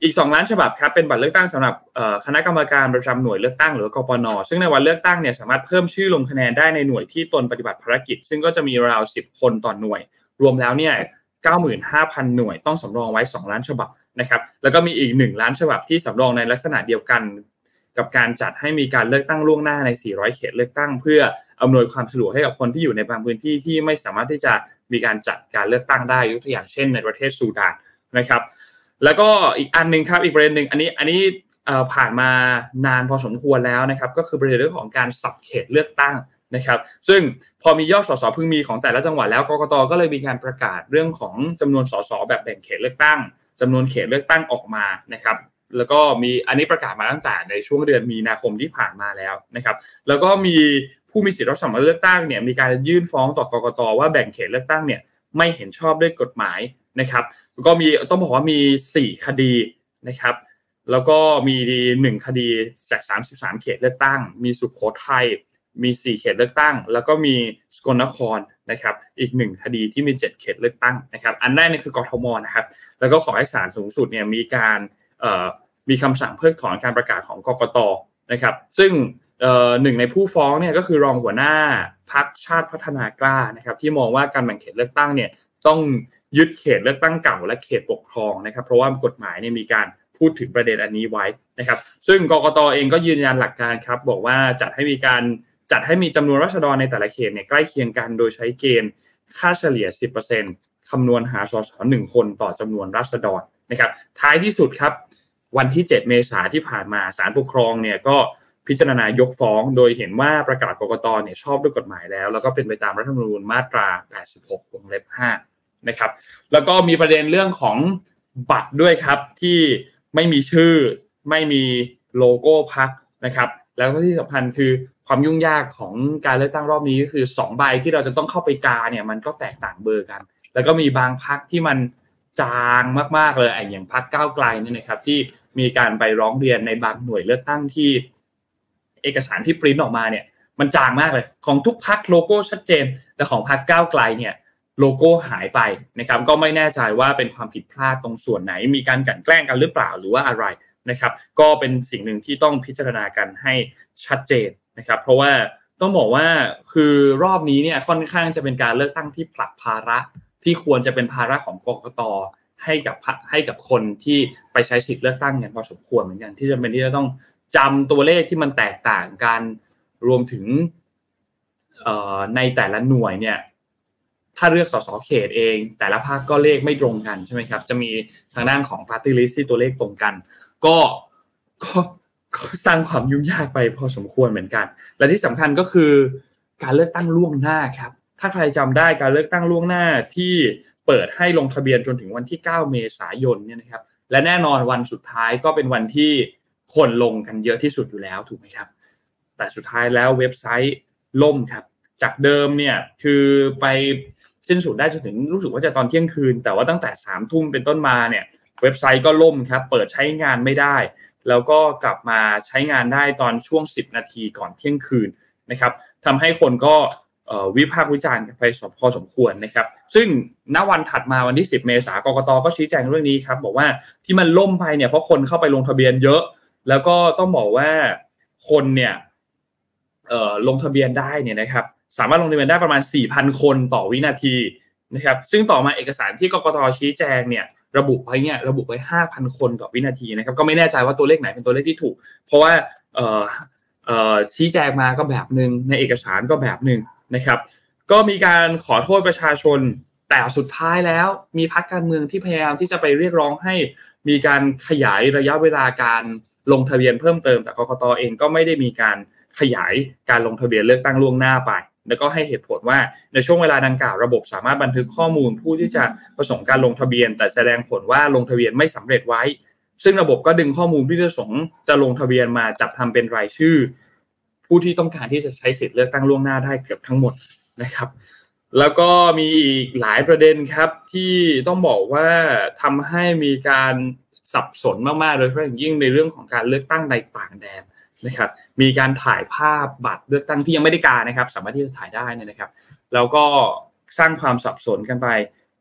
อีกสองล้านฉบับครับเป็นบัตรเลือกตั้งสำหรับคณะกรรมการประจำหน่วยเลือกตั้งหรือกปน.ซึ่งในวันเลือกตั้งเนี่ยสามารถเพิ่มชื่อลงคะแนนได้ในหน่วยที่ตนปฏิบัติภารกิจซึ่งก็จะมีราวสิบคนต่อหน่วยรวมแล้วเนี่ย เก้าหมื่นห้าพัน หน่วยต้องสำรองไว้สองล้านฉบับนะครับแล้วก็มีอีกหนึ่งล้านฉบับที่สำรองในลักษณะเดียวกันกับการจัดให้มีการเลือกตั้งล่วงหน้าในสี่ร้อยเขตเลือกตั้งเพื่ออำนวยความสะดวกให้กับคนที่อยู่ในบางพื้นที่ที่ไม่สามารถที่จะมีการจัดการเลือกตั้งได้ยกตัวอย่างเช่นในประเทศซูดานนะครับแล้วก็อีกอันนึงครับอีกประเด็นนึงอันนี้อันนี้เอ่อผ่านมานานพอสมควรแล้วนะครับก็คือประเด็นเรื่องของการสับเขตเลือกตั้งนะครับซึ่งพอมียอดสสพึงมีของแต่ละจังหวัดแล้วกกต.ก็เลยมีการประกาศเรื่องของจำนวนสสแบบแบ่งเขตเลือกตั้งจำนวนเขตเลือกตั้งออกมานะครับแล้วก็มีอันนี้ประกาศมาตั้งแต่ในช่วงเดือนมีนาคมที่ผ่านมาแล้วนะครับแล้วก็มีผู้มีสิทธิ์รับสมัครเลือกตั้งเนี่ยมีการยื่นฟ้องต่อกกต.ว่าแบ่งเขตเลือกตั้งเนี่ยไม่เห็นชอบด้วยกฎหมายนะครับก็มีต้องบอกว่ามีสี่คดีนะครับแล้วก็มีหนึ่งคดีจากสามสิบสามเขตเลือกตั้งมีสุโขทัยมีสี่เขตเลือกตั้งแล้วก็มีสกลนครนะครับอีกหนึ่งคดีที่มีเจ็ดเขตเลือกตั้งนะครับอันแรกนี่คือกทมนะครับแล้วก็ขอให้ศาลสูงสุดเนี่ยมีการเอ่อมีคำสั่งเพิกถอนการประกาศของกกต.นะครับซึ่งเอ่อหนึ่งในผู้ฟ้องเนี่ยก็คือรองหัวหน้าพรรคชาติพัฒนากล้านะครับที่มองว่าการแบ่งเขตเลือกตั้งเนี่ยต้องยึดเขตเลือกตั้งเก่าและเขตปกครองนะครับเพราะว่ากฎหมายเนี่ยมีการพูดถึงประเด็นอันนี้ไว้นะครับซึ่งกกต.เองก็ยืนยันหลักการครับบอกว่าจัดให้มีการจัดให้มีจำนวนราษฎรในแต่ละเขตเนี่ยใกล้เคียงกันโดยใช้เกณฑ์ค่าเฉลี่ย สิบเปอร์เซ็นต์ คำนวณหาสสหนึ่งคนต่อจำนวนราษฎรนะครับท้ายที่สุดครับวันที่เจ็ดเมษายนที่ผ่านมาศาลปกครองเนี่ยก็พิจารณายกฟ้องโดยเห็นว่าประกาศกกต.เนี่ยชอบด้วยกฎหมายแล้วแล้วก็เป็นไปตามรัฐธรรมนูญมาตราแปดสิบหกวงเล็บห้านะครับแล้วก็มีประเด็นเรื่องของบัตรด้วยครับที่ไม่มีชื่อไม่มีโลโก้พรรคนะครับแล้วก็ที่สำคัญคือความยุ่งยากของการเลือกตั้งรอบนี้ก็คือสองใบที่เราจะต้องเข้าไปกาเนี่ยมันก็แตกต่างเบอร์กันแล้วก็มีบางพรรคที่มันจางมากๆเลยอย่างพรรคก้าวไกลเนี่ยนะครับที่มีการไปร้องเรียนในบางหน่วยเลือกตั้งที่เอกสารที่ปริ้นออกมาเนี่ยมันจางมากเลยของทุกพรรคโลโก้ชัดเจนแต่ของพรรคก้าวไกลเนี่ยโลโก้หายไปนะครับก็ไม่แน่ใจว่าเป็นความผิดพลาดตรงส่วนไหนมีการกลั่นแกล้งกันหรือเปล่าหรือว่าอะไรนะครับก็เป็นสิ่งหนึ่งที่ต้องพิจารณากันให้ชัดเจนนะครับเพราะว่าต้องบอกว่าคือรอบนี้เนี่ยค่อนข้างจะเป็นการเลือกตั้งที่ผลักภาระที่ควรจะเป็นภาระของกกต.ให้กับให้กับคนที่ไปใช้สิทธิ์เลือกตั้งอย่างพอสมควรเหมือนกันที่จะเป็นที่จะต้องจำตัวเลขที่มันแตกต่างกันรวมถึงเอ่อในแต่ละหน่วยเนี่ยถ้าเลือกสสเขตเองแต่ละภาคก็เลขไม่ตรงกันใช่ไหมครับจะมีทางด้านของ Party List ที่ตัวเลขตรงกันก็ก็สร้างความยุ่งยากไปพอสมควรเหมือนกันและที่สำคัญก็คือการเลือกตั้งล่วงหน้าครับถ้าใครจำได้การเลือกตั้งล่วงหน้าที่เปิดให้ลงทะเบียนจนถึงวันที่เก้าเมษายนเนี่ยนะครับและแน่นอนวันสุดท้ายก็เป็นวันที่คนลงกันเยอะที่สุดอยู่แล้วถูกไหมครับแต่สุดท้ายแล้วเว็บไซต์ล่มครับจากเดิมเนี่ยคือไปสิ้นสุดได้จนถึงรู้สึกว่าจะตอนเที่ยงคืนแต่ว่าตั้งแต่สามทุ่มเป็นต้นมาเนี่ยเว็บไซต์ก็ล่มครับเปิดใช้งานไม่ได้แล้วก็กลับมาใช้งานได้ตอนช่วงสิบนาทีก่อนเที่ยงคืนนะครับทำให้คนก็วิพากษ์วิจารณ์กันไปพอสมควรนะครับซึ่งณวันถัดมาวันที่สิบเมษายนกกต.ก็ชี้แจงเรื่องนี้ครับบอกว่าที่มันล่มไปเนี่ยเพราะคนเข้าไปลงทะเบียนเยอะแล้วก็ต้องบอกว่าคนเนี่ยเอ่อลงทะเบียนได้เนี่ยนะครับสามารถลงทะเบียนได้ประมาณ สี่พัน คนต่อวินาทีนะครับซึ่งต่อมาเอกสารที่กกต.ชี้แจงเนี่ยระบุไว้เนี่ยระบุไว้ ห้าพัน คนต่อวินาทีนะครับก็ไม่แน่ใจว่าตัวเลขไหนเป็นตัวเลขที่ถูกเพราะว่าเอ่อเอ่อชี้แจงมาก็แบบนึงในเอกสารก็แบบนึงนะครับก็มีการขอโทษประชาชนแต่สุดท้ายแล้วมีพรรคการเมืองที่พยายามที่จะไปเรียกร้องให้มีการขยายระยะเวลาการลงทะเบียนเพิ่มเติมแต่กกต.เองก็ไม่ได้มีการขยายการลงทะเบียนเลือกตั้งล่วงหน้าไปแล้วก็ให้เหตุผลว่าในช่วงเวลาดังกล่าวระบบสามารถบันทึกข้อมูลผู้ที่จะประสงค์การลงทะเบียนแต่แสดงผลว่าลงทะเบียนไม่สำเร็จไว้ซึ่งระบบก็ดึงข้อมูลผู้ที่ประสงค์จะลงทะเบียนมาจัดทำเป็นรายชื่อผู้ที่ต้องการที่จะใช้สิทธิ์เลือกตั้งล่วงหน้าได้เกือบทั้งหมดนะครับแล้วก็มีอีกหลายประเด็นครับที่ต้องบอกว่าทำให้มีการสับสนมากๆโดยเฉพาะอย่างยิ่งในเรื่องของการเลือกตั้งในต่างแดนนะครับมีการถ่ายภาพบัตรเลือกตั้งที่ยังไม่ได้กานะครับสามารถที่จะถ่ายได้นะครับแล้วก็สร้างความสับสนกันไป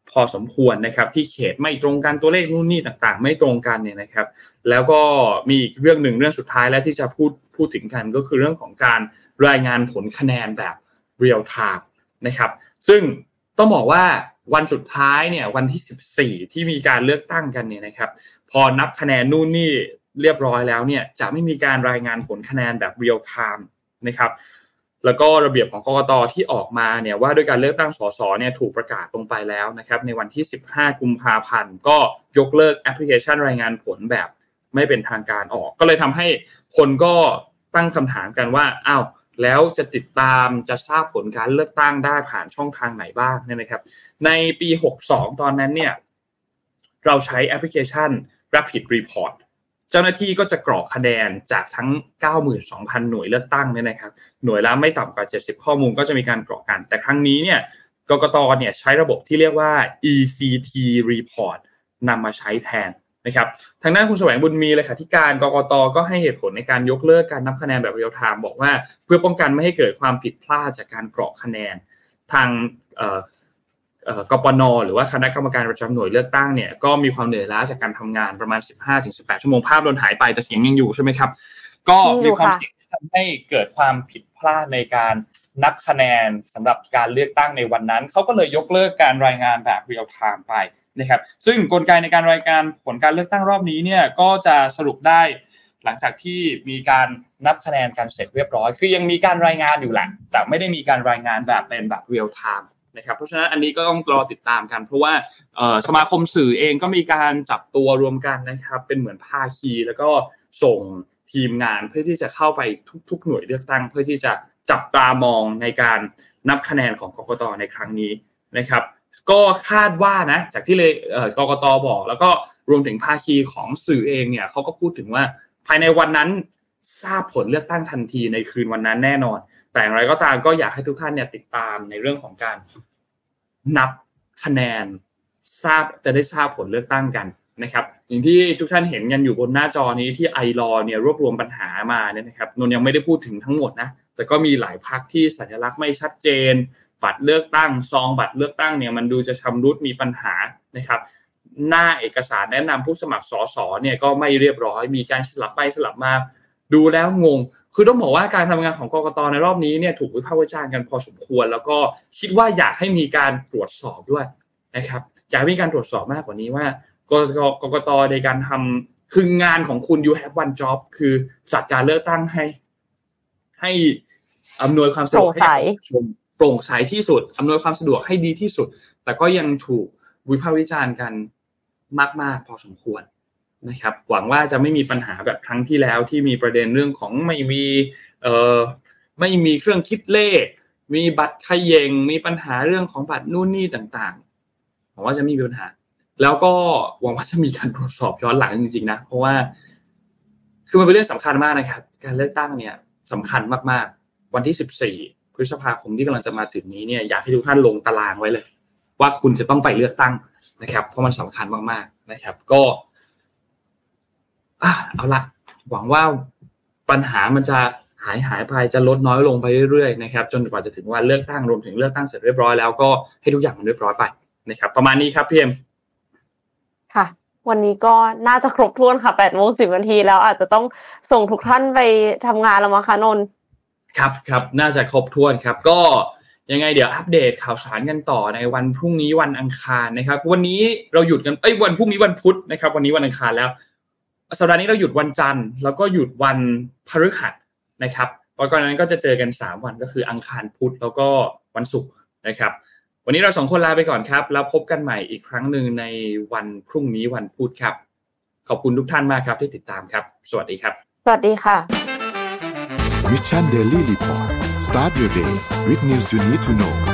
พอสมควรนะครับที่เขตไม่ตรงกันตัวเลขนู่นนี่ต่างๆไม่ตรงกันเนี่ยนะครับแล้วก็มีอีกเรื่องหนึ่งเรื่องสุดท้ายแล้วที่จะพูดพูดถึงกันก็คือเรื่องของการรายงานผลคะแนนแบบเรียลไทม์นะครับซึ่งต้องบอกว่าวันสุดท้ายเนี่ยวันที่สิบสี่ที่มีการเลือกตั้งกันเนี่ยนะครับพอนับคะแนนนู่นนี่เรียบร้อยแล้วเนี่ยจะไม่มีการรายงานผลคะแนนแบบเรียลไทม์นะครับแล้วก็ระเบียบของกกต.ที่ออกมาเนี่ยว่าด้วยการเลือกตั้งสสเนี่ยถูกประกาศลงไปแล้วนะครับในวันที่สิบห้ากุมภาพันธ์ก็ยกเลิกแอปพลิเคชันรายงานผลแบบไม่เป็นทางการออกก็เลยทำให้คนก็ตั้งคำถามกันว่าอ้าวแล้วจะติดตามจะทราบผลการเลือกตั้งได้ผ่านช่องทางไหนบ้างเนี่ยนะครับในปีหกสิบสองตอนนั้นเนี่ยเราใช้แอปพลิเคชัน Rapid Report เจ้าหน้าที่ก็จะกรอกคะแนนจากทั้ง เก้าหมื่นสองพัน หน่วยเลือกตั้งเนี่ยนะครับหน่วยละไม่ต่ำกว่าเจ็ดสิบข้อมูลก็จะมีการกรอกกันแต่ครั้งนี้เนี่ยกกต.เนี่ยใช้ระบบที่เรียกว่า อี ซี ที Report นำมาใช้แทนนะครับทางด้านคุณแสวงบุญมีเลขาธิการกกต.ก็ให้เหตุผลในการยกเลิกการนับคะแนนแบบเรียลไทม์บอกว่าเพื่อป้องกันไม่ให้เกิดความผิดพลาดจากการกรอกคะแนนทางเอ่อเอ่อกปน.หรือว่าคณะกรรมการประจำหน่วยเลือกตั้งเนี่ยก็มีความเหนื่อยล้าจากการทำงานประมาณ สิบห้าถึงสิบแปด ชั่วโมงภาพโดนหายไปแต่เสียงยังอยู่ใช่ไหมครับก็มีความเสี่ยงที่ทำให้เกิดความผิดพลาดในการนับคะแนนสำหรับการเลือกตั้งในวันนั้นเขาก็เลยยกเลิกการรายงานแบบเรียลไทม์ไปนะครับซึ่งกลไกในการรายการผลการเลือกตั้งรอบนี้เนี่ยก็จะสรุปได้หลังจากที่มีการนับคะแนนกันเสร็จเรียบร้อยคือยังมีการรายงานอยู่แหละแต่ไม่ได้มีการรายงานแบบเป็นแบบเรียลไทม์นะครับเพราะฉะนั้นอันนี้ก็ต้องรอติดตามกันเพราะว่าเอ่อสมาคมสื่อเองก็มีการจับตัวรวมกันนะครับเป็นเหมือนภาคีแล้วก็ส่งทีมงานเพื่อที่จะเข้าไปทุกๆหน่วยเลือกตั้งเพื่อที่จะจับตามองในการนับคะแนนของกกต.ในครั้งนี้นะครับก็คาดว่านะจากที่เลยเอ่อกกต.บอกแล้วก็รวมถึงภาคีของสื่อเองเนี่ยเขาก็พูดถึงว่าภายในวันนั้นทราบผลเลือกตั้งทันทีในคืนวันนั้นแน่นอนแต่อย่างไรก็ตามก็อยากให้ทุกท่านเนี่ยติดตามในเรื่องของการนับคะแนนทราบจะได้ทราบผลเลือกตั้งกันนะครับอย่างที่ทุกท่านเห็นกันอยู่บนหน้าจอนี้ที่ไอลอเนี่ยรวบรวมปัญหามาเนี่ยนะครับนนยังไม่ได้พูดถึงทั้งหมดนะแต่ก็มีหลายพรรคที่สัญลักษณ์ไม่ชัดเจนบัตรเลือกตั้งซองบัตรเลือกตั้งเนี่ยมันดูจะชำรุดมีปัญหานะครับหน้าเอกสารแนะนำผู้สมัครสสเนี่ยก็ไม่เรียบร้อยมีการสลับไปสลับมาดูแล้วงงคือต้องบอกว่าการทำงานของกกต.ในรอบนี้เนี่ยถูกวิพากษ์วิจารณ์กันพอสมควรแล้วก็คิดว่าอยากให้มีการตรวจสอบด้วยนะครับอยากให้มีการตรวจสอบมากกว่านี้ว่ากกกต.ในการทำคืองานของคุณ you have one job คือจัดการเลือกตั้งให้ให้อำนวยความสะดวกให้ประชาชนโปร่งใสที่สุดอำนวยความสะดวกให้ดีที่สุดแต่ก็ยังถูกวิพากษ์วิจารณ์กันมากๆพอสมควรนะครับหวังว่าจะไม่มีปัญหาแบบครั้งที่แล้วที่มีประเด็นเรื่องของไม่มีเอ่อไม่มีเครื่องคิดเลขมีบัตรเขย่งมีปัญหาเรื่องของบัตรนู่นนี่ต่างๆหวังว่าจะไม่มีปัญหาแล้วก็หวังว่าจะมีการตรวจสอบย้อนหลังจริงๆนะเพราะว่าคือมันเป็นเรื่องสำคัญมากนะครับการเลือกตั้งเนี่ยสำคัญมากๆวันที่สิบสี่พฤษภาคมที่กำลังจะมาถึงนี้เนี่ยอยากให้ทุกท่านลงตารางไว้เลยว่าคุณจะต้องไปเลือกตั้งนะครับเพราะมันสำคัญมากๆนะครับก็อ่ะเอาละหวังว่าปัญหามันจะหายหายไปจะลดน้อยลงไปเรื่อยๆนะครับจนกว่าจะถึงวันเลือกตั้งรวมถึงเลือกตั้งเสร็จเรียบร้อยแล้วก็ให้ทุกอย่างมันเรียบร้อยไปนะครับประมาณนี้ครับพี่เอ็มค่ะวันนี้ก็น่าจะครบถ้วนค่ะ แปดโมงสิบ นาทีแล้วอาจจะต้องส่งทุกท่านไปทำงานแล้วมั้งคะนนท์ครับครับน่าจะครบถ้วนครับก็ยังไงเดี๋ยวอัปเดตข่าวสารกันต่อในวันพรุ่งนี้วันอังคารนะครับวันนี้เราหยุดกันเอ้ยวันพรุ่งนี้วันพุธนะครับวันนี้วันอังคารแล้วสัปดาห์นี้เราหยุดวันจันทร์แล้วก็หยุดวันพฤหัสนะครับเพราะก่อนนั้นก็จะเจอกันสามวันก็คืออังคารพุธแล้วก็วันศุกร์นะครับวันนี้เราสองคนลาไปก่อนครับแล้วพบกันใหม่อีกครั้งนึงในวันพรุ่งนี้วันพุธครับขอบคุณทุกท่านมากครับที่ติดตามครับสวัสดีครับสวัสดีค่ะ Mission Daily Report Start your day with news you need to know